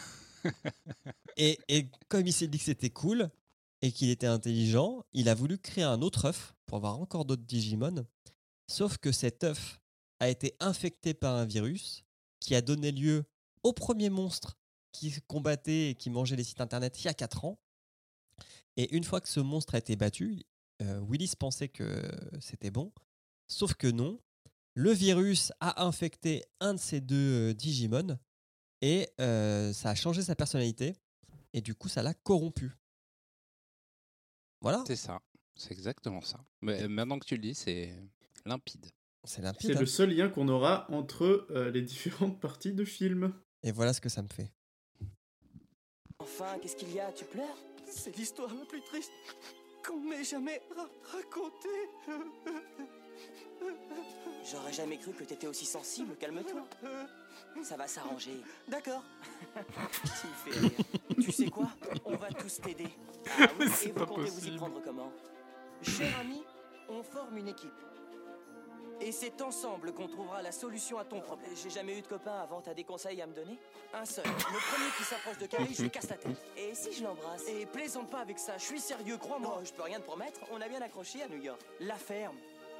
Et comme il s'est dit que c'était cool et qu'il était intelligent, il a voulu créer un autre œuf pour avoir encore d'autres Digimon. Sauf que cet œuf a été infecté par un virus qui a donné lieu au premier monstre qui combattait et qui mangeait les sites internet il y a 4 ans. Et une fois que ce monstre a été battu, Willis pensait que c'était bon. Sauf que non. Le virus a infecté un de ces 2 Digimon et ça a changé sa personnalité. Et du coup, ça l'a corrompu. Voilà. C'est ça. C'est exactement ça. Mais maintenant que tu le dis, c'est limpide. C'est limpide. C'est le seul lien qu'on aura entre les différentes parties de film. Et voilà ce que ça me fait. Enfin, qu'est-ce qu'il y a? Tu pleures? C'est l'histoire la plus triste qu'on m'ait jamais racontée. J'aurais jamais cru que t'étais aussi sensible, calme-toi. Ça va s'arranger. D'accord. Tu me fais rire. Tu sais quoi? On va tous t'aider. Ah oui, C'est et pas vous comptez vous y possible. prendre comment? Cher ami, on forme une équipe. Et c'est ensemble qu'on trouvera la solution à ton problème. J'ai jamais eu de copain avant, t'as des conseils à me donner? Un seul. Le premier qui s'approche de Carrie, je lui casse la tête. Et si je l'embrasse? Et plaisante pas avec ça, je suis sérieux, crois-moi. Je peux rien te promettre, on a bien accroché à New York. La ferme.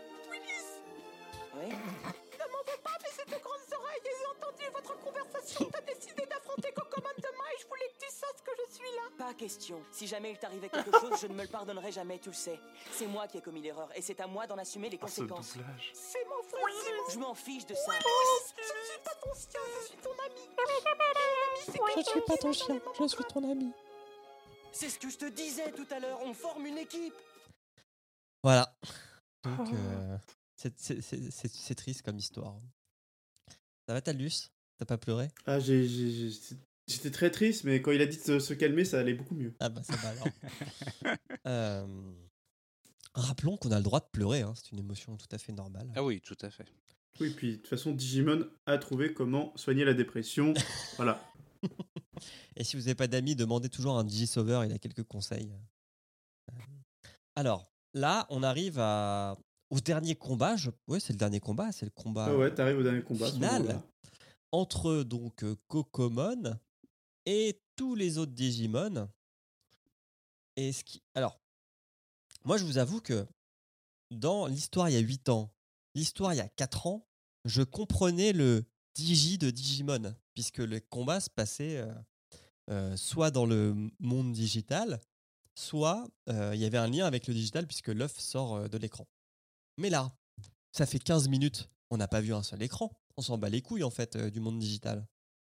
Oui? Ne m'en veux pas, mais ces 2 grandes oreilles, j'ai entendu votre conversation. T'as décidé d'affronter Cocomon demain et je voulais que tu saches que je suis là. Pas question. Si jamais il t'arrivait quelque chose, je ne me le pardonnerai jamais, tu le sais. C'est moi qui ai commis l'erreur et c'est à moi d'en assumer les Oh, ce conséquences. doublage. C'est mon frère. Je m'en fiche de ça. Je ne suis pas ton chien, je suis ton ami. Et un ami, c'est Je suis pas ton chien, je suis ton ami. C'est ce que je te disais tout à l'heure, on forme une équipe. Voilà. Donc, c'est triste comme histoire. Ça va, Taldus? T'as pas pleuré? Ah, j'étais très triste, mais quand il a dit de se calmer, ça allait beaucoup mieux. Ah bah ça va alors. Rappelons qu'on a le droit de pleurer, hein. C'est une émotion tout à fait normale. Ah oui, tout à fait. Oui, puis de toute façon, Digimon a trouvé comment soigner la dépression. Voilà. Et si vous n'avez pas d'amis, demandez toujours à un Digisauveur, il a quelques conseils. Alors, là, on arrive au dernier combat. Ouais, c'est le dernier combat, c'est le combat Ah ouais, t'arrives au dernier combat. à ce final moment-là. entre donc Cocomon et tous les autres Digimon. Alors, moi, je vous avoue que dans l'histoire il y a 8 ans, l'histoire il y a 4 ans, je comprenais le Digi de Digimon, puisque le combat se passait soit dans le monde digital, soit il y avait un lien avec le digital, puisque l'œuf sort de l'écran. Mais là, ça fait 15 minutes, on n'a pas vu un seul écran. On s'en bat les couilles, en fait, du monde digital.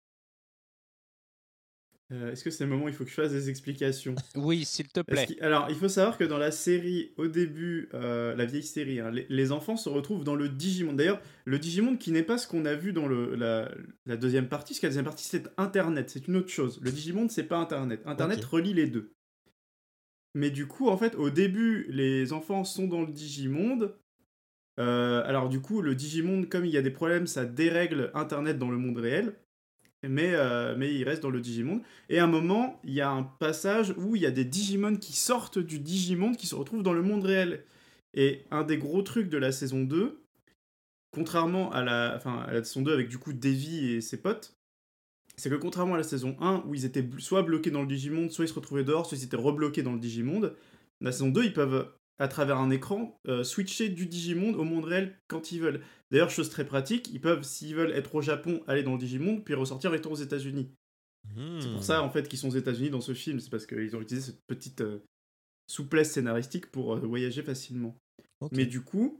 Est-ce que c'est le moment où il faut que je fasse des explications? Oui, s'il te plaît. Alors, il faut savoir que dans la série, au début, la vieille série, hein, les enfants se retrouvent dans le Digimon. D'ailleurs, le Digimon qui n'est pas ce qu'on a vu dans la deuxième partie, parce que la deuxième partie, c'est Internet, c'est une autre chose. Le Digimon, c'est pas Internet. Internet relie les deux. Mais du coup, en fait, au début, les enfants sont dans le Digimonde. Alors du coup, le Digimonde, comme il y a des problèmes, ça dérègle Internet dans le monde réel. Mais il reste dans le Digimonde. Et à un moment, il y a un passage où il y a des Digimon qui sortent du Digimonde, qui se retrouvent dans le monde réel. Et un des gros trucs de la saison 2, contrairement à la saison 2 avec du coup Davy et ses potes, c'est que contrairement à la saison 1, où ils étaient soit bloqués dans le Digimonde, soit ils se retrouvaient dehors, soit ils étaient rebloqués dans le Digimonde, la saison 2, ils peuvent, à travers un écran, switcher du Digimonde au monde réel quand ils veulent. D'ailleurs, chose très pratique, ils peuvent, s'ils veulent être au Japon, aller dans le Digimonde, puis ressortir et être aux États-Unis. C'est pour ça, en fait, qu'ils sont aux États-Unis dans ce film, c'est parce qu'ils ont utilisé cette petite souplesse scénaristique pour voyager facilement. Okay. Mais du coup,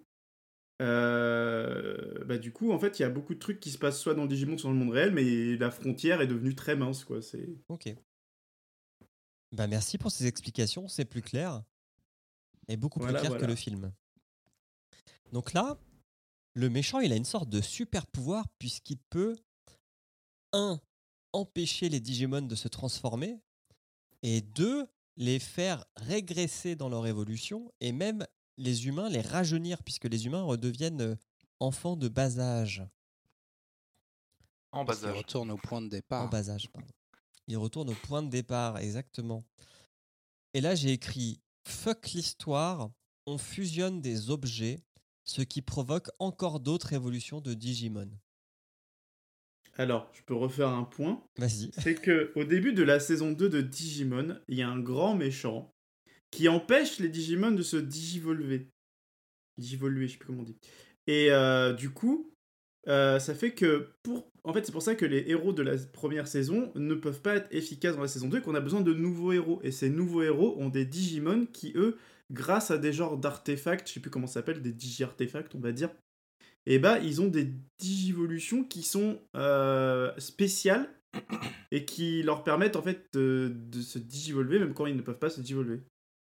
en fait, il y a beaucoup de trucs qui se passent soit dans le Digimonde, soit dans le monde réel, mais la frontière est devenue très mince, quoi. Ok. Bah merci pour ces explications, c'est plus clair. Et beaucoup plus clair que le film. Donc là, le méchant, il a une sorte de super pouvoir puisqu'il peut, 1, empêcher les Digimon de se transformer, et 2, les faire régresser dans leur évolution, et même les humains les rajeunir, puisque les humains redeviennent enfants de bas âge. En bas âge. Ils retournent au point de départ. En bas âge, pardon. Ils retournent au point de départ, exactement. Et là, j'ai écrit « Fuck l'histoire, on fusionne des objets, ce qui provoque encore d'autres évolutions de Digimon. » Alors, je peux refaire un point. Vas-y. C'est qu'au début de la saison 2 de Digimon, il y a un grand méchant qui empêche les Digimon de se digivoluer. Digivoluer, je sais plus comment on dit. Et du coup, ça fait que en fait, c'est pour ça que les héros de la première saison ne peuvent pas être efficaces dans la saison 2 et qu'on a besoin de nouveaux héros. Et ces nouveaux héros ont des Digimon qui, eux, grâce à des genres d'artefacts, je sais plus comment ça s'appelle, des digi-artefacts, on va dire, et bah, ils ont des digivolutions qui sont spéciales et qui leur permettent, en fait, de se digivoluer même quand ils ne peuvent pas se digivoluer.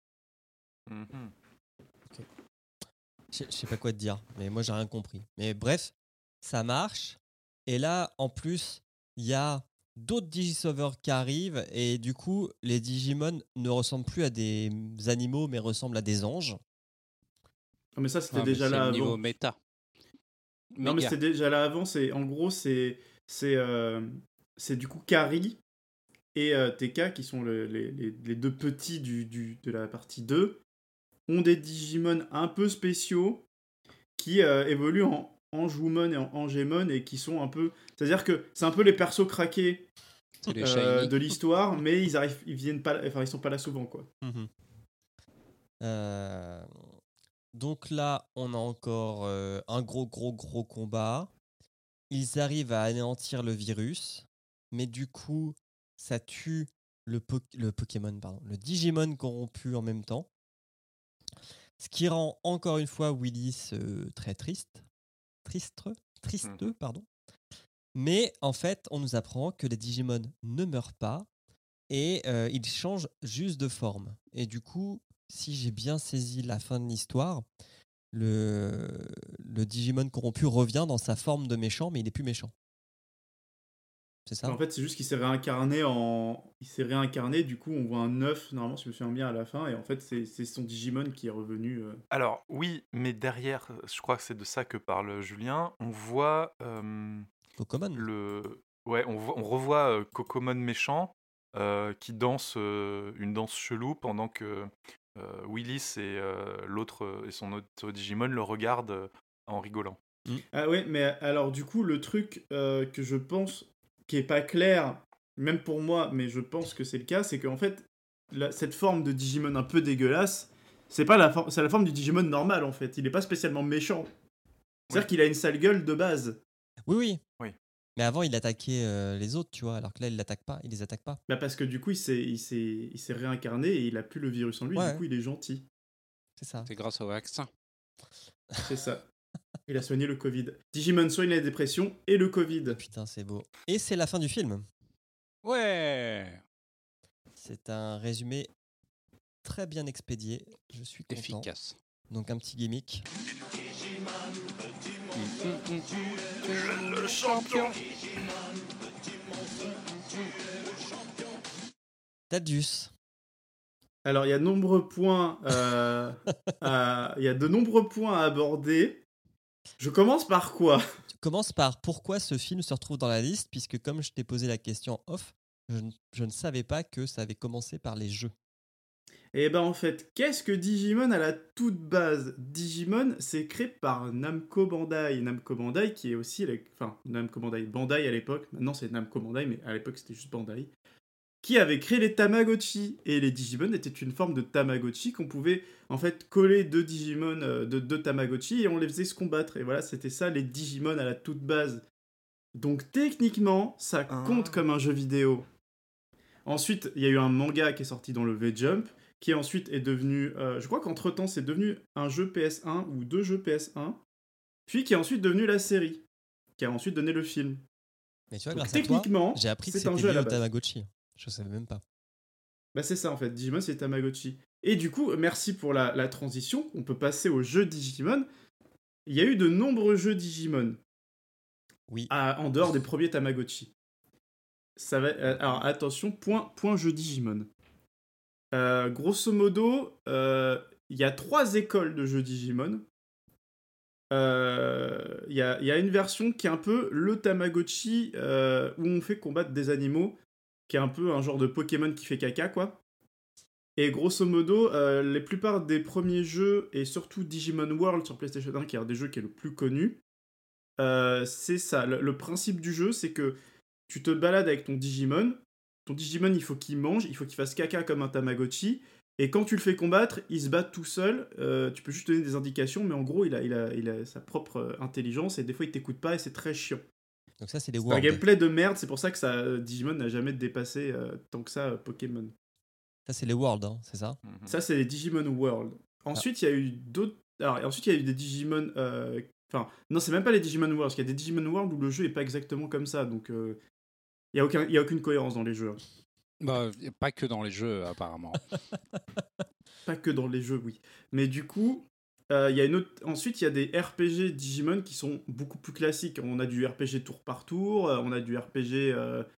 Okay. Je sais pas quoi te dire, mais moi, j'ai rien compris. Mais bref, ça marche. Et là, en plus, il y a d'autres Digisauveurs qui arrivent et du coup, les Digimon ne ressemblent plus à des animaux, mais ressemblent à des anges. Non, mais ça, c'était déjà là avant. Niveau méta. Non, mais c'était déjà là avant. En gros, c'est du coup Kari et TK, qui sont les deux petits de la partie 2, ont des Digimon un peu spéciaux qui évoluent en Angemon et en Angemon et qui sont un peu... C'est-à-dire que c'est un peu les persos craqués de l'histoire, mais ils viennent pas... Enfin, ils sont pas là souvent, quoi. Donc là, on a encore un gros combat. Ils arrivent à anéantir le virus, mais du coup, ça tue le Digimon corrompu en même temps. Ce qui rend encore une fois Willis très triste, pardon. Mais en fait, on nous apprend que les Digimon ne meurent pas et ils changent juste de forme. Et du coup, si j'ai bien saisi la fin de l'histoire, le, le Digimon corrompu revient dans sa forme de méchant, mais il n'est plus méchant. C'est ça? En fait, c'est juste qu'il s'est réincarné Il s'est réincarné, du coup, on voit un œuf, normalement, si je me souviens bien, à la fin, et en fait, c'est son Digimon qui est revenu. Alors, oui, mais derrière, je crois que c'est de ça que parle Julien, on voit Cocomon. Ouais, on revoit Cocomon méchant qui danse une danse chelou pendant que Willis et l'autre et son autre Digimon le regardent en rigolant. Ah ouais, mais alors, du coup, le truc que je pense qui est pas clair, même pour moi, mais je pense que c'est le cas, c'est qu'en fait, cette forme de Digimon un peu dégueulasse, c'est la forme du Digimon normal, en fait. Il est pas spécialement méchant. C'est-à-dire qu'il a une sale gueule de base. Oui. Oui. Mais avant, il attaquait les autres, tu vois, alors que là, il les attaque pas. Bah parce que du coup, il s'est réincarné et il a plus le virus en lui, Ouais. du coup, il est gentil. C'est ça. C'est grâce au vaccin. C'est ça. Il a soigné le Covid. Digimon soigne la dépression et le Covid. Putain, c'est beau. Et c'est la fin du film. Ouais. C'est un résumé très bien expédié. Je suis content. Efficace. Donc un petit gimmick. Le champion. Tadius. Alors, il y a de nombreux points à aborder. Je commence par quoi? Tu commences par pourquoi ce film se retrouve dans la liste, puisque comme je t'ai posé la question off, je ne savais pas que ça avait commencé par les jeux. Eh ben en fait, qu'est-ce que Digimon à la toute base? Digimon, c'est créé par Namco Bandai. Namco Bandai qui est aussi... Enfin, Namco Bandai. Bandai à l'époque. Maintenant c'est Namco Bandai, mais à l'époque c'était juste Bandai. Qui avait créé les Tamagotchi. Et les Digimon étaient une forme de Tamagotchi qu'on pouvait en fait coller deux Digimon, deux Tamagotchi, et on les faisait se combattre. Et voilà, c'était ça les Digimon à la toute base. Donc techniquement, ça compte comme un jeu vidéo. Ensuite, il y a eu un manga qui est sorti dans le V-Jump, qui ensuite est devenu... je crois qu'entre-temps, c'est devenu un jeu PS1 ou deux jeux PS1, puis qui est ensuite devenu la série, qui a ensuite donné le film. Mais tu vois, Donc, grâce à toi, techniquement, j'ai appris que c'est un c'était jeu à lié la au base. Tamagotchi. Je savais même pas. Bah c'est ça en fait, Digimon c'est Tamagotchi. Et du coup, merci pour la transition, on peut passer au jeu Digimon. Il y a eu de nombreux jeux Digimon, Oui. en dehors des premiers Tamagotchi. Ça va, alors attention, point jeu Digimon. Grosso modo, il y a 3 écoles de jeux Digimon. Il y a une version qui est un peu le Tamagotchi où on fait combattre des animaux, qui est un peu un genre de Pokémon qui fait caca, quoi. Et grosso modo, la plupart des premiers jeux, et surtout Digimon World sur PlayStation 1, qui est un des jeux qui est le plus connu, c'est ça. Le principe du jeu, c'est que tu te balades avec ton Digimon. Ton Digimon, il faut qu'il mange, il faut qu'il fasse caca comme un Tamagotchi. Et quand tu le fais combattre, il se bat tout seul. Tu peux juste donner des indications, mais en gros, il a sa propre intelligence et des fois, il t'écoute pas et c'est très chiant. Donc ça, c'est les C'est un Worlds. gameplay de merde, c'est pour ça que Digimon n'a jamais dépassé tant que ça Pokémon. Ça, c'est les Worlds, hein, c'est ça? Ça, c'est les Digimon World. Ensuite, il y a eu d'autres. Alors, ensuite, il y a eu des Digimon. Enfin, non, c'est même pas les Digimon World, parce qu'il y a des Digimon World où le jeu est pas exactement comme ça, donc il y a aucune cohérence dans les jeux. Bah, pas que dans les jeux, apparemment. Pas que dans les jeux, oui. Mais du coup, il y a une autre... Ensuite, il y a des RPG Digimon qui sont beaucoup plus classiques. On a du RPG tour par tour, on a du RPG...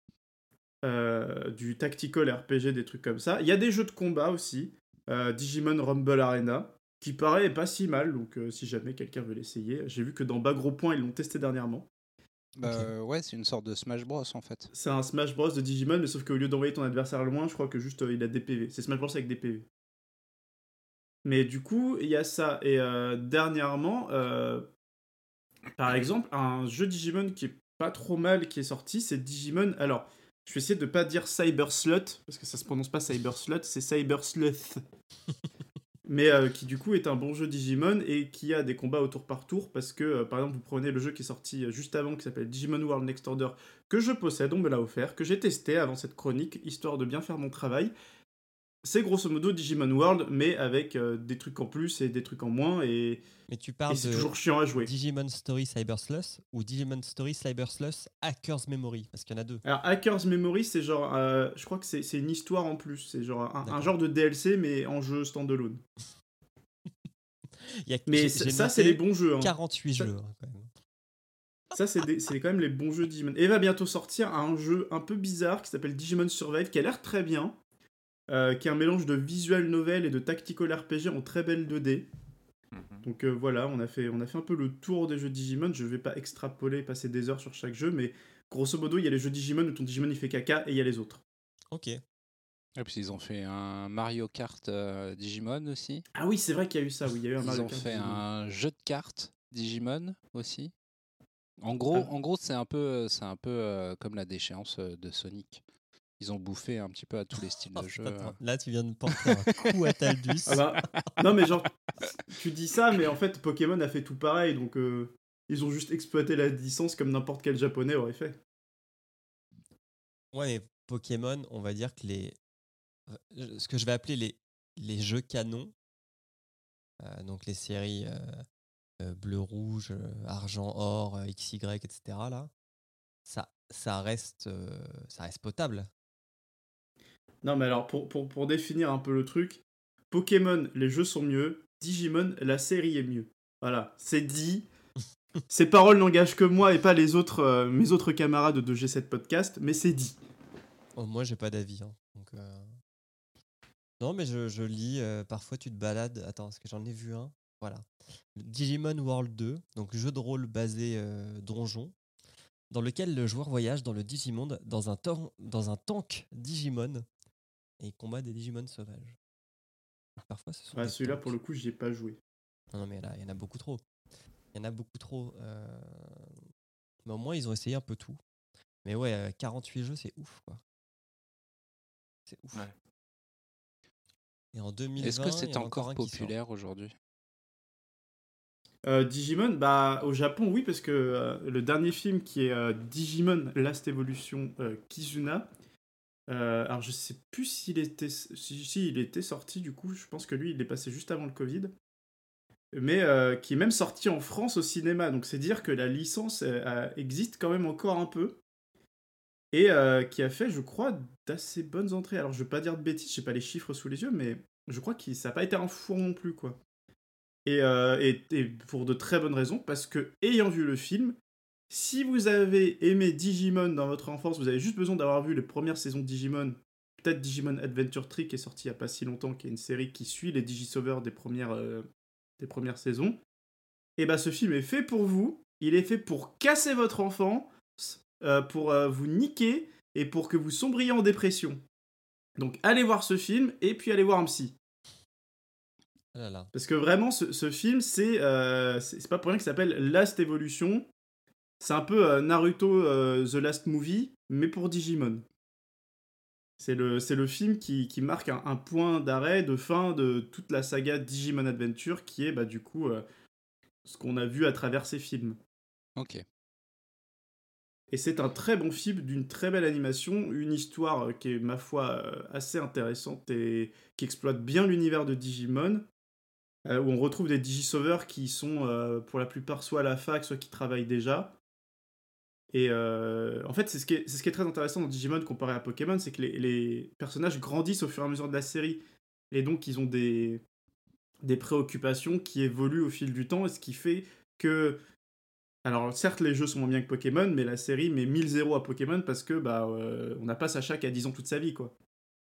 du tactical RPG, des trucs comme ça. Il y a des jeux de combat aussi. Digimon Rumble Arena, qui paraît pas si mal, donc si jamais quelqu'un veut l'essayer. J'ai vu que dans Bas Gros Point, ils l'ont testé dernièrement. Ouais, c'est une sorte de Smash Bros en fait. C'est un Smash Bros de Digimon, mais sauf qu'au lieu d'envoyer ton adversaire loin, je crois que juste il a des PV. C'est Smash Bros avec des PV. Mais du coup, il y a ça. Et dernièrement, par exemple, un jeu Digimon qui est pas trop mal qui est sorti, c'est Digimon. Alors, je vais essayer de pas dire Cyber Slut, parce que ça se prononce pas Cyber Slut, c'est Cyber Sluth. Mais qui du coup est un bon jeu Digimon et qui a des combats au tour par tour, parce que par exemple, vous prenez le jeu qui est sorti juste avant, qui s'appelle Digimon World Next Order, que je possède, on me l'a offert, que j'ai testé avant cette chronique, histoire de bien faire mon travail. c'est grosso modo Digimon World, mais avec des trucs en plus et des trucs en moins, et Mais tu parles c'est de toujours chiant à jouer. Digimon Story Cyber Slush ou Digimon Story Cyber Slush Hackers Memory, parce qu'il y en a deux. Alors, Hackers Memory, c'est genre, je crois que c'est une histoire en plus, c'est genre un D'accord. genre de DLC, mais en jeu standalone. Il y a- Mais j'ai ça, noté c'est les bons jeux. 48 Ça- jeux, hein, quand même. Ça, c'est quand même les bons jeux Digimon. Et va bientôt sortir un jeu un peu bizarre qui s'appelle Digimon Survive, qui a l'air très bien, qui est un mélange de visual novel et de tactical RPG en très belle 2D. Donc voilà, on a fait un peu le tour des jeux Digimon. Je vais pas extrapoler, passer des heures sur chaque jeu, mais grosso modo, il y a les jeux Digimon où ton Digimon il fait caca, et il y a les autres. Ok. Et puis ils ont fait un Mario Kart Digimon aussi. Ah oui, c'est vrai qu'il y a eu ça, oui, il y a eu un Ils Mario ont Kart fait Digimon. un jeu de cartes Digimon aussi. En Ah. gros, c'est un peu comme la déchéance de Sonic. Ils ont bouffé un petit peu à tous les styles de jeu. Attends, là, tu viens de porter un coup à Taldus. Ah bah, non mais genre, tu dis ça, mais en fait Pokémon a fait tout pareil, donc ils ont juste exploité la licence comme n'importe quel japonais aurait fait. Ouais, mais Pokémon, on va dire que ce que je vais appeler les jeux canons, donc les séries bleu, rouge, argent, or, XY, etc. là, ça reste potable. Non mais alors, pour définir un peu le truc, Pokémon, les jeux sont mieux, Digimon, la série est mieux. Voilà, c'est dit. Ces paroles n'engagent que moi et pas les autres, mes autres camarades de G7 Podcast, mais c'est dit. Oh, moi, j'ai pas d'avis. Hein, donc, non, mais je lis. Parfois, tu te balades. Attends, parce que j'en ai vu un. Voilà. Le Digimon World 2, donc jeu de rôle basé donjon, dans lequel le joueur voyage dans le Digimonde dans un tank Digimon et il combat des Digimon sauvages. Parfois, ce sont Ouais, des celui-là, tanks. pour le coup, j'y ai pas joué. Non, mais là, il y en a beaucoup trop. Il y en a beaucoup trop. Mais au moins, ils ont essayé un peu tout. Mais ouais, 48 jeux, c'est ouf, quoi. C'est ouf. Ouais. Et en 2020, Est-ce que il y c'est en a encore encore un qui sort. populaire aujourd'hui? Digimon, bah au Japon oui, parce que le dernier film qui est Digimon Last Evolution Kizuna, alors je sais plus s'il était si il était sorti, du coup je pense que lui il est passé juste avant le Covid, mais qui est même sorti en France au cinéma, donc c'est dire que la licence existe quand même encore un peu, et qui a fait, je crois, d'assez bonnes entrées. Alors je vais pas dire de bêtises, j'ai pas les chiffres sous les yeux, mais je crois que ça a pas été un four non plus, quoi. Et pour de très bonnes raisons, parce que, ayant vu le film, si vous avez aimé Digimon dans votre enfance, vous avez juste besoin d'avoir vu les premières saisons de Digimon, peut-être Digimon Adventure Tree qui est sorti il n'y a pas si longtemps, qui est une série qui suit les Digisauveurs des premières saisons, et bah ce film est fait pour vous, il est fait pour casser votre enfant, pour vous niquer, et pour que vous sombriez en dépression. Donc allez voir ce film, et puis allez voir un psy. Ah là là. Parce que vraiment, ce film, c'est pas pour rien qu'il s'appelle Last Evolution. C'est un peu Naruto The Last Movie, mais pour Digimon. C'est le film qui marque un point d'arrêt, de fin de toute la saga Digimon Adventure, qui est bah, du coup ce qu'on a vu à travers ces films. Ok. Et c'est un très bon film, d'une très belle animation, une histoire qui est, ma foi, assez intéressante et qui exploite bien l'univers de Digimon. Où on retrouve des digisauveurs qui sont pour la plupart soit à la fac, soit qui travaillent déjà. Et en fait, c'est ce qui est très intéressant dans Digimon comparé à Pokémon, c'est que les personnages grandissent au fur et à mesure de la série. Et donc, ils ont des préoccupations qui évoluent au fil du temps, et ce qui fait que... Alors, certes, les jeux sont moins bien que Pokémon, mais la série met 1000-0 à Pokémon parce que bah, on n'a pas Sacha qui a 10 ans toute sa vie, quoi.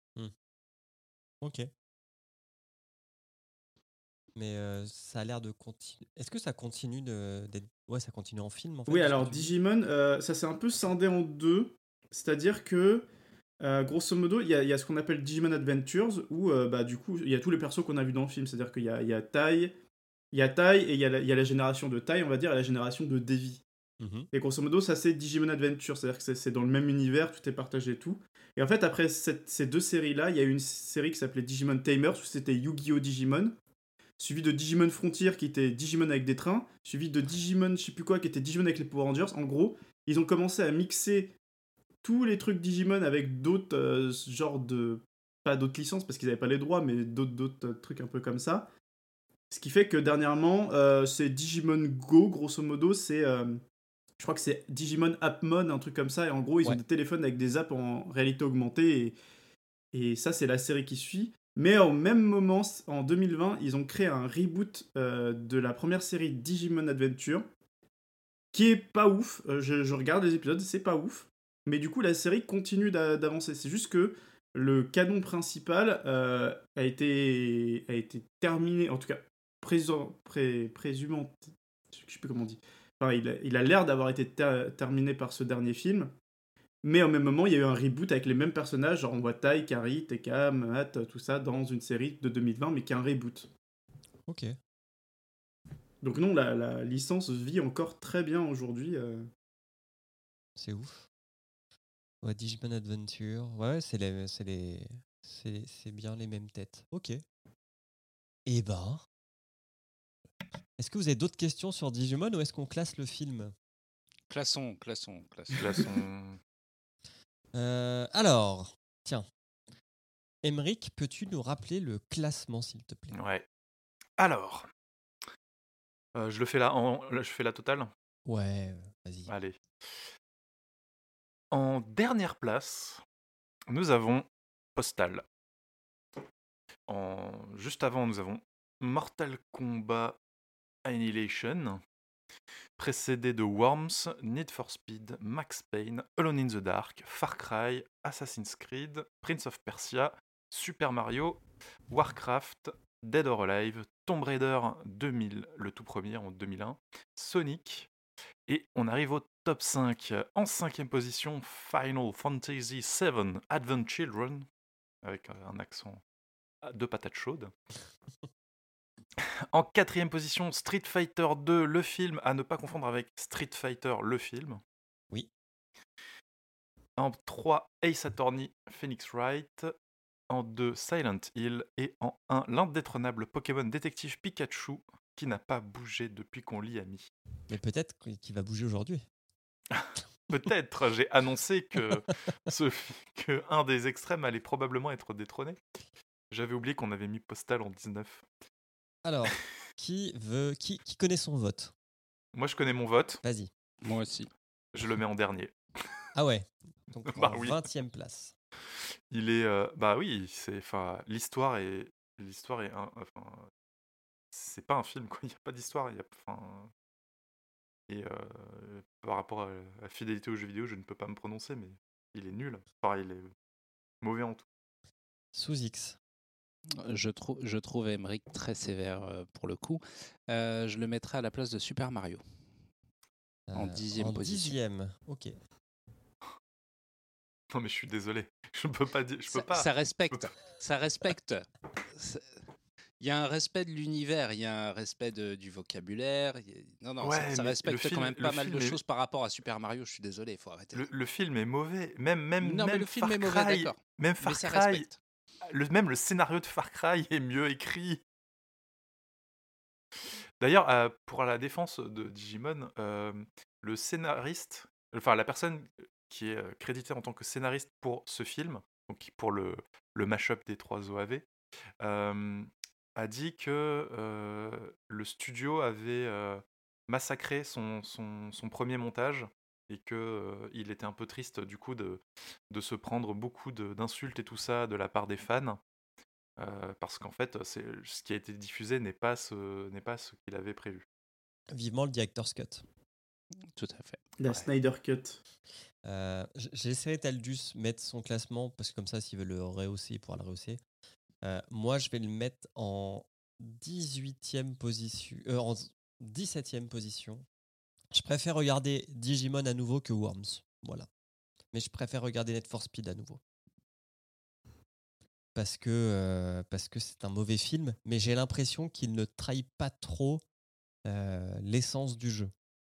Ok. Mais ça a l'air de continuer. Est-ce que ça continue d'être. Ouais, ça continue en film en fait. Oui, de ce alors que tu dis Digimon, ça s'est un peu scindé en deux. C'est-à-dire que, grosso modo, il y a ce qu'on appelle Digimon Adventures, où bah, du coup, il y a tous les persos qu'on a vus dans le film. C'est-à-dire qu'il y a Tai, et il y a la génération de Tai, on va dire, et la génération de Devi. Mhm. Et grosso modo, ça c'est Digimon Adventure, c'est-à-dire que c'est dans le même univers, tout est partagé et tout. Et en fait, après ces deux séries-là, il y a eu une série qui s'appelait Digimon Tamers, où c'était Yu-Gi-Oh! Digimon, suivi de Digimon Frontier, qui était Digimon avec des trains, suivi de Digimon, je sais plus quoi, qui était Digimon avec les Power Rangers. En gros, ils ont commencé à mixer tous les trucs Digimon avec d'autres genres de pas d'autres licences parce qu'ils n'avaient pas les droits, mais d'autres trucs un peu comme ça. Ce qui fait que dernièrement, c'est Digimon Go, grosso modo, je crois que c'est Digimon Appmon, un truc comme ça, et en gros, ils ont des téléphones avec des apps en réalité augmentée, et ça, c'est la série qui suit. Mais au même moment, en 2020, ils ont créé un reboot de la première série Digimon Adventure, qui est pas ouf. Je regarde les épisodes, c'est pas ouf. Mais du coup, la série continue d'avancer. C'est juste que le canon principal a été terminé, en tout cas, présumant. Je sais plus comment on dit. Enfin, il a l'air d'avoir été terminé par ce dernier film. Mais au même moment, il y a eu un reboot avec les mêmes personnages. Genre, on voit Tai, Kari, Tekka, Matt, tout ça, dans une série de 2020, mais qui est un reboot. Ok. Donc non, la licence vit encore très bien aujourd'hui. C'est ouf. Ouais, Digimon Adventure. Ouais, c'est bien les mêmes têtes. Ok. Et ben. Est-ce que vous avez d'autres questions sur Digimon ou est-ce qu'on classe le film? Classons. Alors, tiens. Emeric, peux-tu nous rappeler le classement, s'il te plaît? Ouais. Alors, je le fais là, je fais la totale. Ouais, vas-y. Allez. En dernière place, nous avons Postal. Juste avant, nous avons Mortal Kombat Annihilation, précédé de Worms, Need for Speed, Max Payne, Alone in the Dark, Far Cry, Assassin's Creed, Prince of Persia, Super Mario, Warcraft, Dead or Alive, Tomb Raider 2000, le tout premier en 2001, Sonic, et on arrive au top 5. En 5e position, Final Fantasy VII Advent Children, avec un accent de patate chaude. En 4e position, Street Fighter 2, le film, à ne pas confondre avec Street Fighter, le film. Oui. En 3, Ace Attorney, Phoenix Wright. En 2, Silent Hill. Et en 1, l'indétrônable Pokémon détective Pikachu, qui n'a pas bougé depuis qu'on l'y a mis. Mais peut-être qu'il va bouger aujourd'hui. Peut-être, j'ai annoncé que un des extrêmes allait probablement être détrôné. J'avais oublié qu'on avait mis Postal en 19. Alors, qui connaît son vote? Moi, je connais mon vote. Vas-y. Moi aussi. Je le mets en dernier. Ah ouais. Donc Bah en oui. 20e place. Il est, bah oui, l'histoire est, c'est pas un film quoi. Il y a pas d'histoire. Et par rapport à la fidélité aux jeux vidéo, je ne peux pas me prononcer, mais il est nul. Enfin, il est mauvais en tout. Sous X. Je trouve Emmerich très sévère pour le coup. Je le mettrai à la place de Super Mario. En 10e position. 10e, ok. Non mais je suis désolé. Je peux pas dire. Je peux pas. Ça respecte. Ça respecte. Il y a un respect de l'univers, il y a un respect du vocabulaire. Non, Ouais, ça mais respecte le quand même film- pas le mal de film est- choses par rapport à Super Mario. Je suis désolé, il faut arrêter. Le film est mauvais. Même Non, mais le film Far est mauvais, Cry, d'accord. Même Mais Far ça Cry. respecte. Même le scénario de Far Cry est mieux écrit. D'ailleurs, pour la défense de Digimon, le scénariste, enfin la personne qui est créditée en tant que scénariste pour ce film, donc pour le mash-up des 3 OAV, a dit que le studio avait massacré son premier montage et qu'il était un peu triste du coup de se prendre beaucoup d'insultes et tout ça de la part des fans. Parce qu'en fait, ce qui a été diffusé n'est pas ce qu'il avait prévu. Vivement le Director's Cut. Tout à fait. La Snyder Cut. J'ai laissé Taldus mettre son classement parce que comme ça, s'il veut le rehausser, il pourra le rehausser. Moi, je vais le mettre en 18e position, en 17e position. Je préfère regarder Digimon à nouveau que Worms. Voilà. Mais je préfère regarder Need for Speed à nouveau. Parce que c'est un mauvais film, mais j'ai l'impression qu'il ne trahit pas trop l'essence du jeu.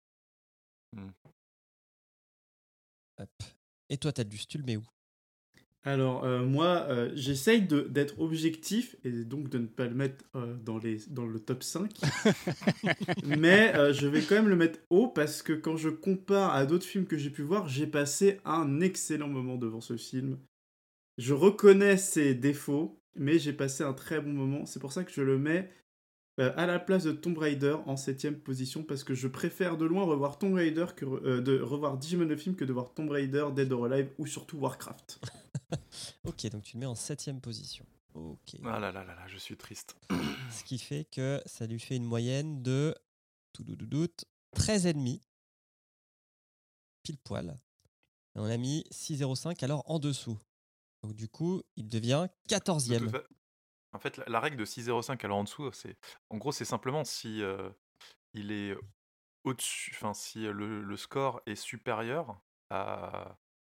Hop. Et toi, Taldus, tu le mets où? Alors, moi, j'essaye d'être objectif et donc de ne pas le mettre dans le top 5. Mais je vais quand même le mettre haut parce que quand je compare à d'autres films que j'ai pu voir, j'ai passé un excellent moment devant ce film. Je reconnais ses défauts, mais j'ai passé un très bon moment. C'est pour ça que je le mets à la place de Tomb Raider en 7ème position, parce que je préfère de loin revoir Tomb Raider que de revoir Digimon le film que de voir Tomb Raider, Dead or Alive ou surtout Warcraft. Ok, donc tu le mets en 7ème position. Ok. Ah là là là là, je suis triste. Ce qui fait que ça lui fait une moyenne de 13,5. Pile poil. Et on a mis 6,05 alors en dessous. Donc du coup, il devient 14e. En fait, la règle de 6,05 alors en dessous, en gros, c'est simplement si il est au-dessus, enfin si le score est supérieur à,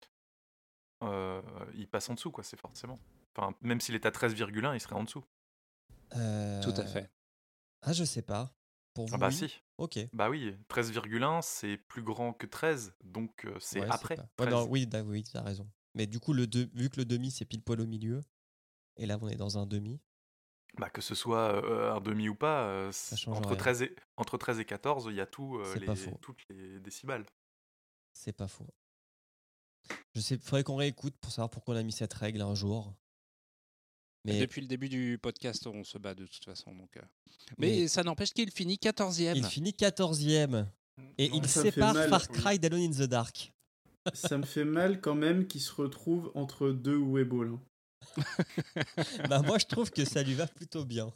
il passe en dessous, quoi. C'est forcément. Enfin, même s'il est à 13,1, il serait en dessous. Tout à fait. Ah, je sais pas. Pour vous, Ah bah oui. si. Ok. Bah oui, 13,1 c'est plus grand que 13, donc c'est Ouais, après. pas- 13. non, oui, oui, t'as raison. Mais du coup, vu que le demi, c'est pile poil au milieu, et là, on est dans un demi, Bah, que ce soit un demi ou pas, ça change entre rien. 13 et 14, il y a C'est pas faux. toutes les décibels. C'est pas faux. Je sais, faudrait qu'on réécoute pour savoir pourquoi on a mis cette règle un jour. Mais Depuis le début du podcast, on se bat de toute façon. Donc, mais ça n'empêche qu'il finit 14e. il finit 14e. Et Non, il ça me fait sépare mal. Far Cry d'Alone in the Dark. Ça me fait mal quand même qu'il se retrouve entre deux Weeballs. Bah moi, je trouve que ça lui va plutôt bien.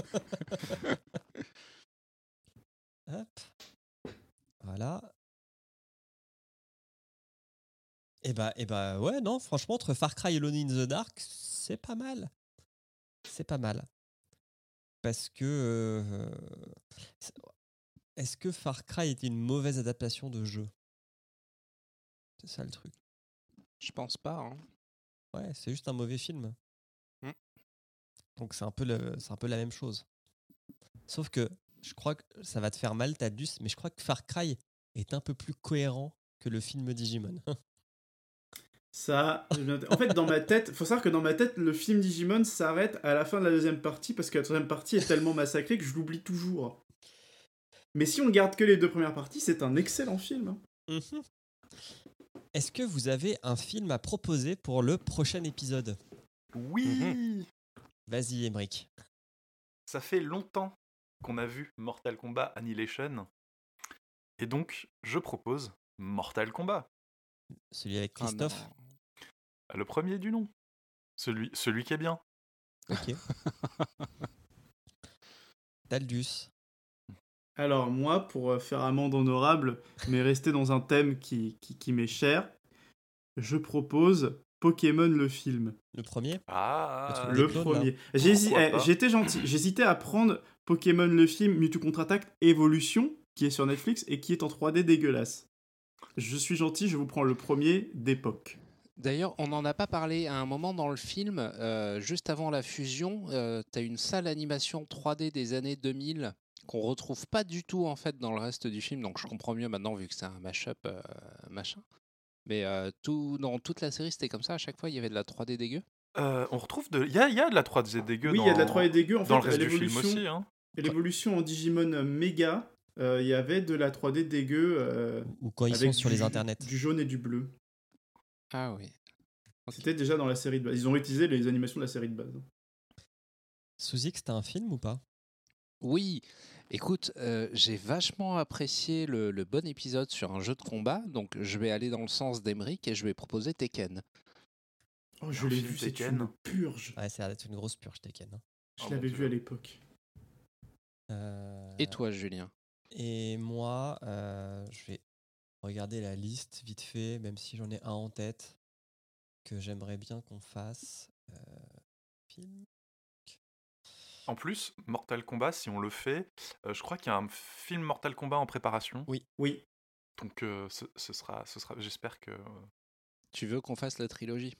Hop. Voilà. Et bah ouais, non, franchement, entre Far Cry et Alone in the Dark, c'est pas mal. C'est pas mal. Parce que... est-ce que Far Cry était une mauvaise adaptation de jeu? C'est ça le truc. Je pense pas. Hein. Ouais, c'est juste un mauvais film. Mm. Donc c'est un peu la même chose. Sauf que je crois que ça va te faire mal, Tadus, mais je crois que Far Cry est un peu plus cohérent que le film Digimon. Ça, en fait, dans ma tête, faut savoir que dans ma tête, le film Digimon s'arrête à la fin de la deuxième partie parce que la troisième partie est tellement massacrée que je l'oublie toujours. Mais si on garde que les deux premières parties, c'est un excellent film. Mhm. Est-ce que vous avez un film à proposer pour le prochain épisode? Oui. Vas-y, Emric. Ça fait longtemps qu'on a vu Mortal Kombat Annihilation. Et donc, je propose Mortal Kombat. Celui avec Christophe. Le premier du nom. Celui qui est bien. Ok. Taldus. Alors moi, pour faire amende honorable, mais rester dans un thème qui m'est cher, je propose Pokémon le film. Le premier? Ah, truc Le des clones, premier. Pourquoi pas J'étais gentil. J'hésitais à prendre Pokémon le film Mewtwo Contre-Attaque Evolution, qui est sur Netflix et qui est en 3D dégueulasse. Je suis gentil, je vous prends le premier d'époque. D'ailleurs, on n'en a pas parlé à un moment dans le film. Juste avant la fusion, tu as une salle animation 3D des années 2000 qu'on retrouve pas du tout en fait dans le reste du film. Donc je comprends mieux maintenant vu que c'est un mash-up machin. Mais dans toute la série, c'était comme ça. À chaque fois, il y avait de la 3D dégueu. on retrouve il y a de la 3D dégueu Oui, il dans, y a de la 3D dégueu. En dans le fait, reste du film aussi. Hein. Et l'évolution en Digimon Mega, il y avait de la 3D dégueu Ou quand ils avec sont sur les internets. du jaune et du bleu. Ah oui. Ok. C'était déjà dans la série de base. Ils ont utilisé les animations de la série de base. Suzy, c'était un film ou pas? Oui, écoute, j'ai vachement apprécié le bon épisode sur un jeu de combat, donc je vais aller dans le sens d'Emeric et je vais proposer Tekken. Oh, je Un l'ai film vu, c'est Tekken. une purge. Ouais, ça a l'air une grosse purge, Tekken. Hein. Je Oh, l'avais mon vu Dieu. à l'époque. Et toi, Julien? Et moi, je vais regarder la liste vite fait, même si j'en ai un en tête que j'aimerais bien qu'on fasse. Film. En plus, Mortal Kombat, si on le fait, je crois qu'il y a un film Mortal Kombat en préparation. Oui. Donc ce sera, j'espère que... Tu veux qu'on fasse la trilogie?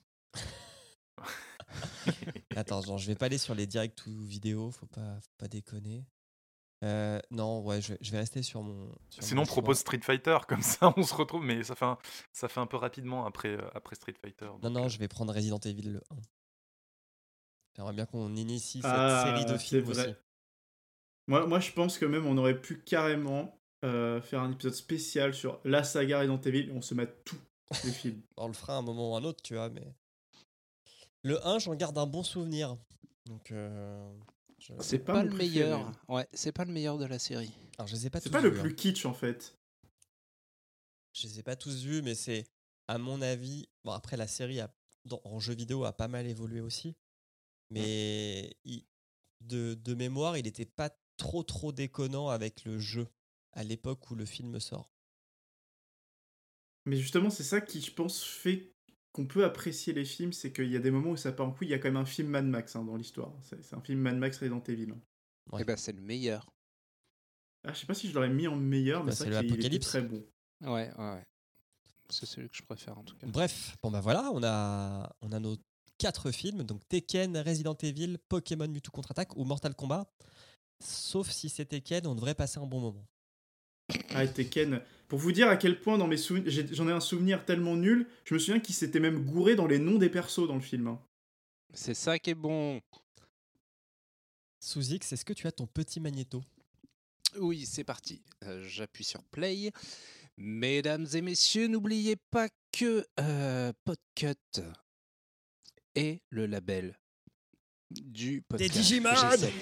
Attends, genre, je vais pas aller sur les directs ou vidéos, faut pas déconner. Non, ouais, je vais rester sur mon. Sinon, on propose Street Fighter, comme ça on se retrouve, mais ça fait un peu rapidement après Street Fighter. Non, je vais prendre Resident Evil le 1. J'aimerais bien qu'on initie cette Ah, série de c'est films vrai. aussi. Moi, je pense que même on aurait pu carrément faire un épisode spécial sur la saga Resident Evil et on se met tous les films. On le fera à un moment ou un autre, tu vois, mais. Le 1, j'en garde un bon souvenir. Donc, C'est pas pas mon le préféré. meilleur. Ouais, c'est pas le meilleur de la série. Alors, je les ai pas C'est tous pas le vus, hein. plus kitsch en fait. Je les ai pas tous vus, mais c'est, à mon avis... Bon, après, la série en jeu vidéo a pas mal évolué aussi. Mais de mémoire, il était pas trop déconnant avec le jeu à l'époque où le film sort. Mais justement, c'est ça qui, je pense, fait qu'on peut apprécier les films, c'est qu'il y a des moments où ça part en couille. Il y a quand même un film Mad Max dans l'histoire. C'est un film Mad Max Resident Evil. Ouais. Et ben c'est le meilleur. Ah, je sais pas si je l'aurais mis en meilleur, mais Bah, c'est c'est vrai qu'il était l'Apocalypse. très bon. Ouais. C'est celui que je préfère en tout cas. Bref, bon bah voilà, on a nos 4 films, donc Tekken, Resident Evil, Pokémon Mewtwo Contre-Attaque ou Mortal Kombat. Sauf si c'est Tekken, on devrait passer un bon moment. Ah, Tekken. Pour vous dire à quel point dans mes souvenirs, j'en ai un souvenir tellement nul, je me souviens qu'il s'était même gouré dans les noms des persos dans le film. Hein. C'est ça qui est bon. Sous X, est-ce que tu as ton petit magnéto? Oui, c'est parti. J'appuie sur play. Mesdames et messieurs, n'oubliez pas que Podcut est le label du podcast. Digimon G7.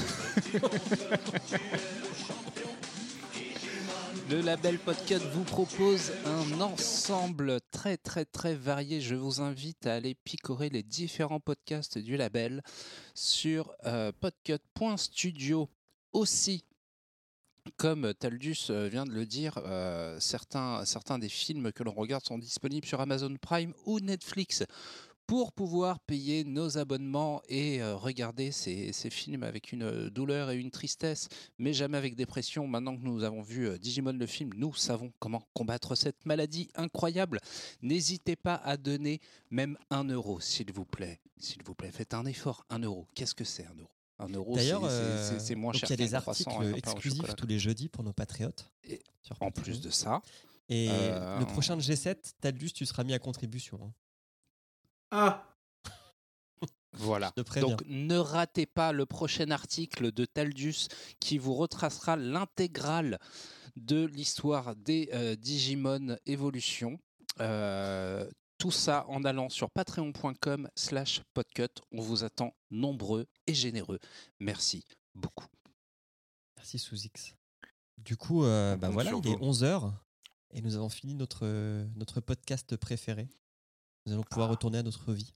Le label Podcut vous propose un ensemble très varié. Je vous invite à aller picorer les différents podcasts du label sur podcut.studio. Aussi, comme Taldus vient de le dire, certains des films que l'on regarde sont disponibles sur Amazon Prime ou Netflix. Pour pouvoir payer nos abonnements et regarder ces films avec une douleur et une tristesse, mais jamais avec dépression. Maintenant que nous avons vu Digimon le film, nous savons comment combattre cette maladie incroyable. N'hésitez pas à donner même 1 euro, s'il vous plaît. S'il vous plaît, faites un effort. 1 euro, qu'est-ce que c'est 1 euro? 1 euro, D'ailleurs, c'est moins donc cher il y a qu'un des croissant et un articles pain au exclusifs chocolat. tous les jeudis pour nos patriotes. Et sur En Patreon. plus de ça, Et le prochain de G7, Taldus, tu seras mis à contribution. Hein. Ah, voilà. Je te préviens. Donc ne ratez pas le prochain article de Taldus qui vous retracera l'intégrale de l'histoire des Digimon Evolution. Tout ça en allant sur patreon.com/podcut. On vous attend nombreux et généreux. Merci beaucoup. Merci Sous X. Du coup, bah compte voilà, sur il est vous. 11h et nous avons fini notre podcast préféré. Nous allons pouvoir retourner à notre vie.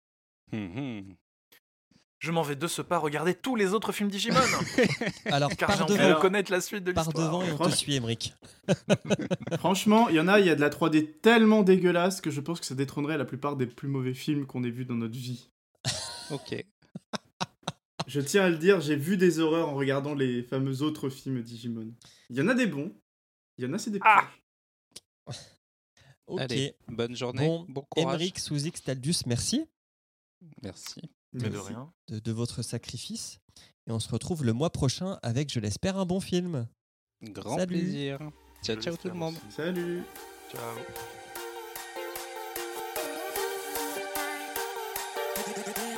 Je m'en vais de ce pas regarder tous les autres films Digimon, Alors, car j'ai par envie de devant, connaître la suite de par l'histoire. devant et on te suit, Emmerich. franchement, il y a de la 3D tellement dégueulasse que je pense que ça détrônerait la plupart des plus mauvais films qu'on ait vus dans notre vie. Ok. Je tiens à le dire, j'ai vu des horreurs en regardant les fameux autres films Digimon. Il y en a des bons, il y en a c'est des Ah pires. Ok. Allez, bonne journée, bon courage. Emmerich, Sous X, Taldus, merci Merci. Mais de Merci. rien. de votre sacrifice. Et on se retrouve le mois prochain avec, je l'espère, un bon film. Grand Salut. plaisir. Ciao, Je ciao tout le l'espère monde. aussi. Salut. Ciao.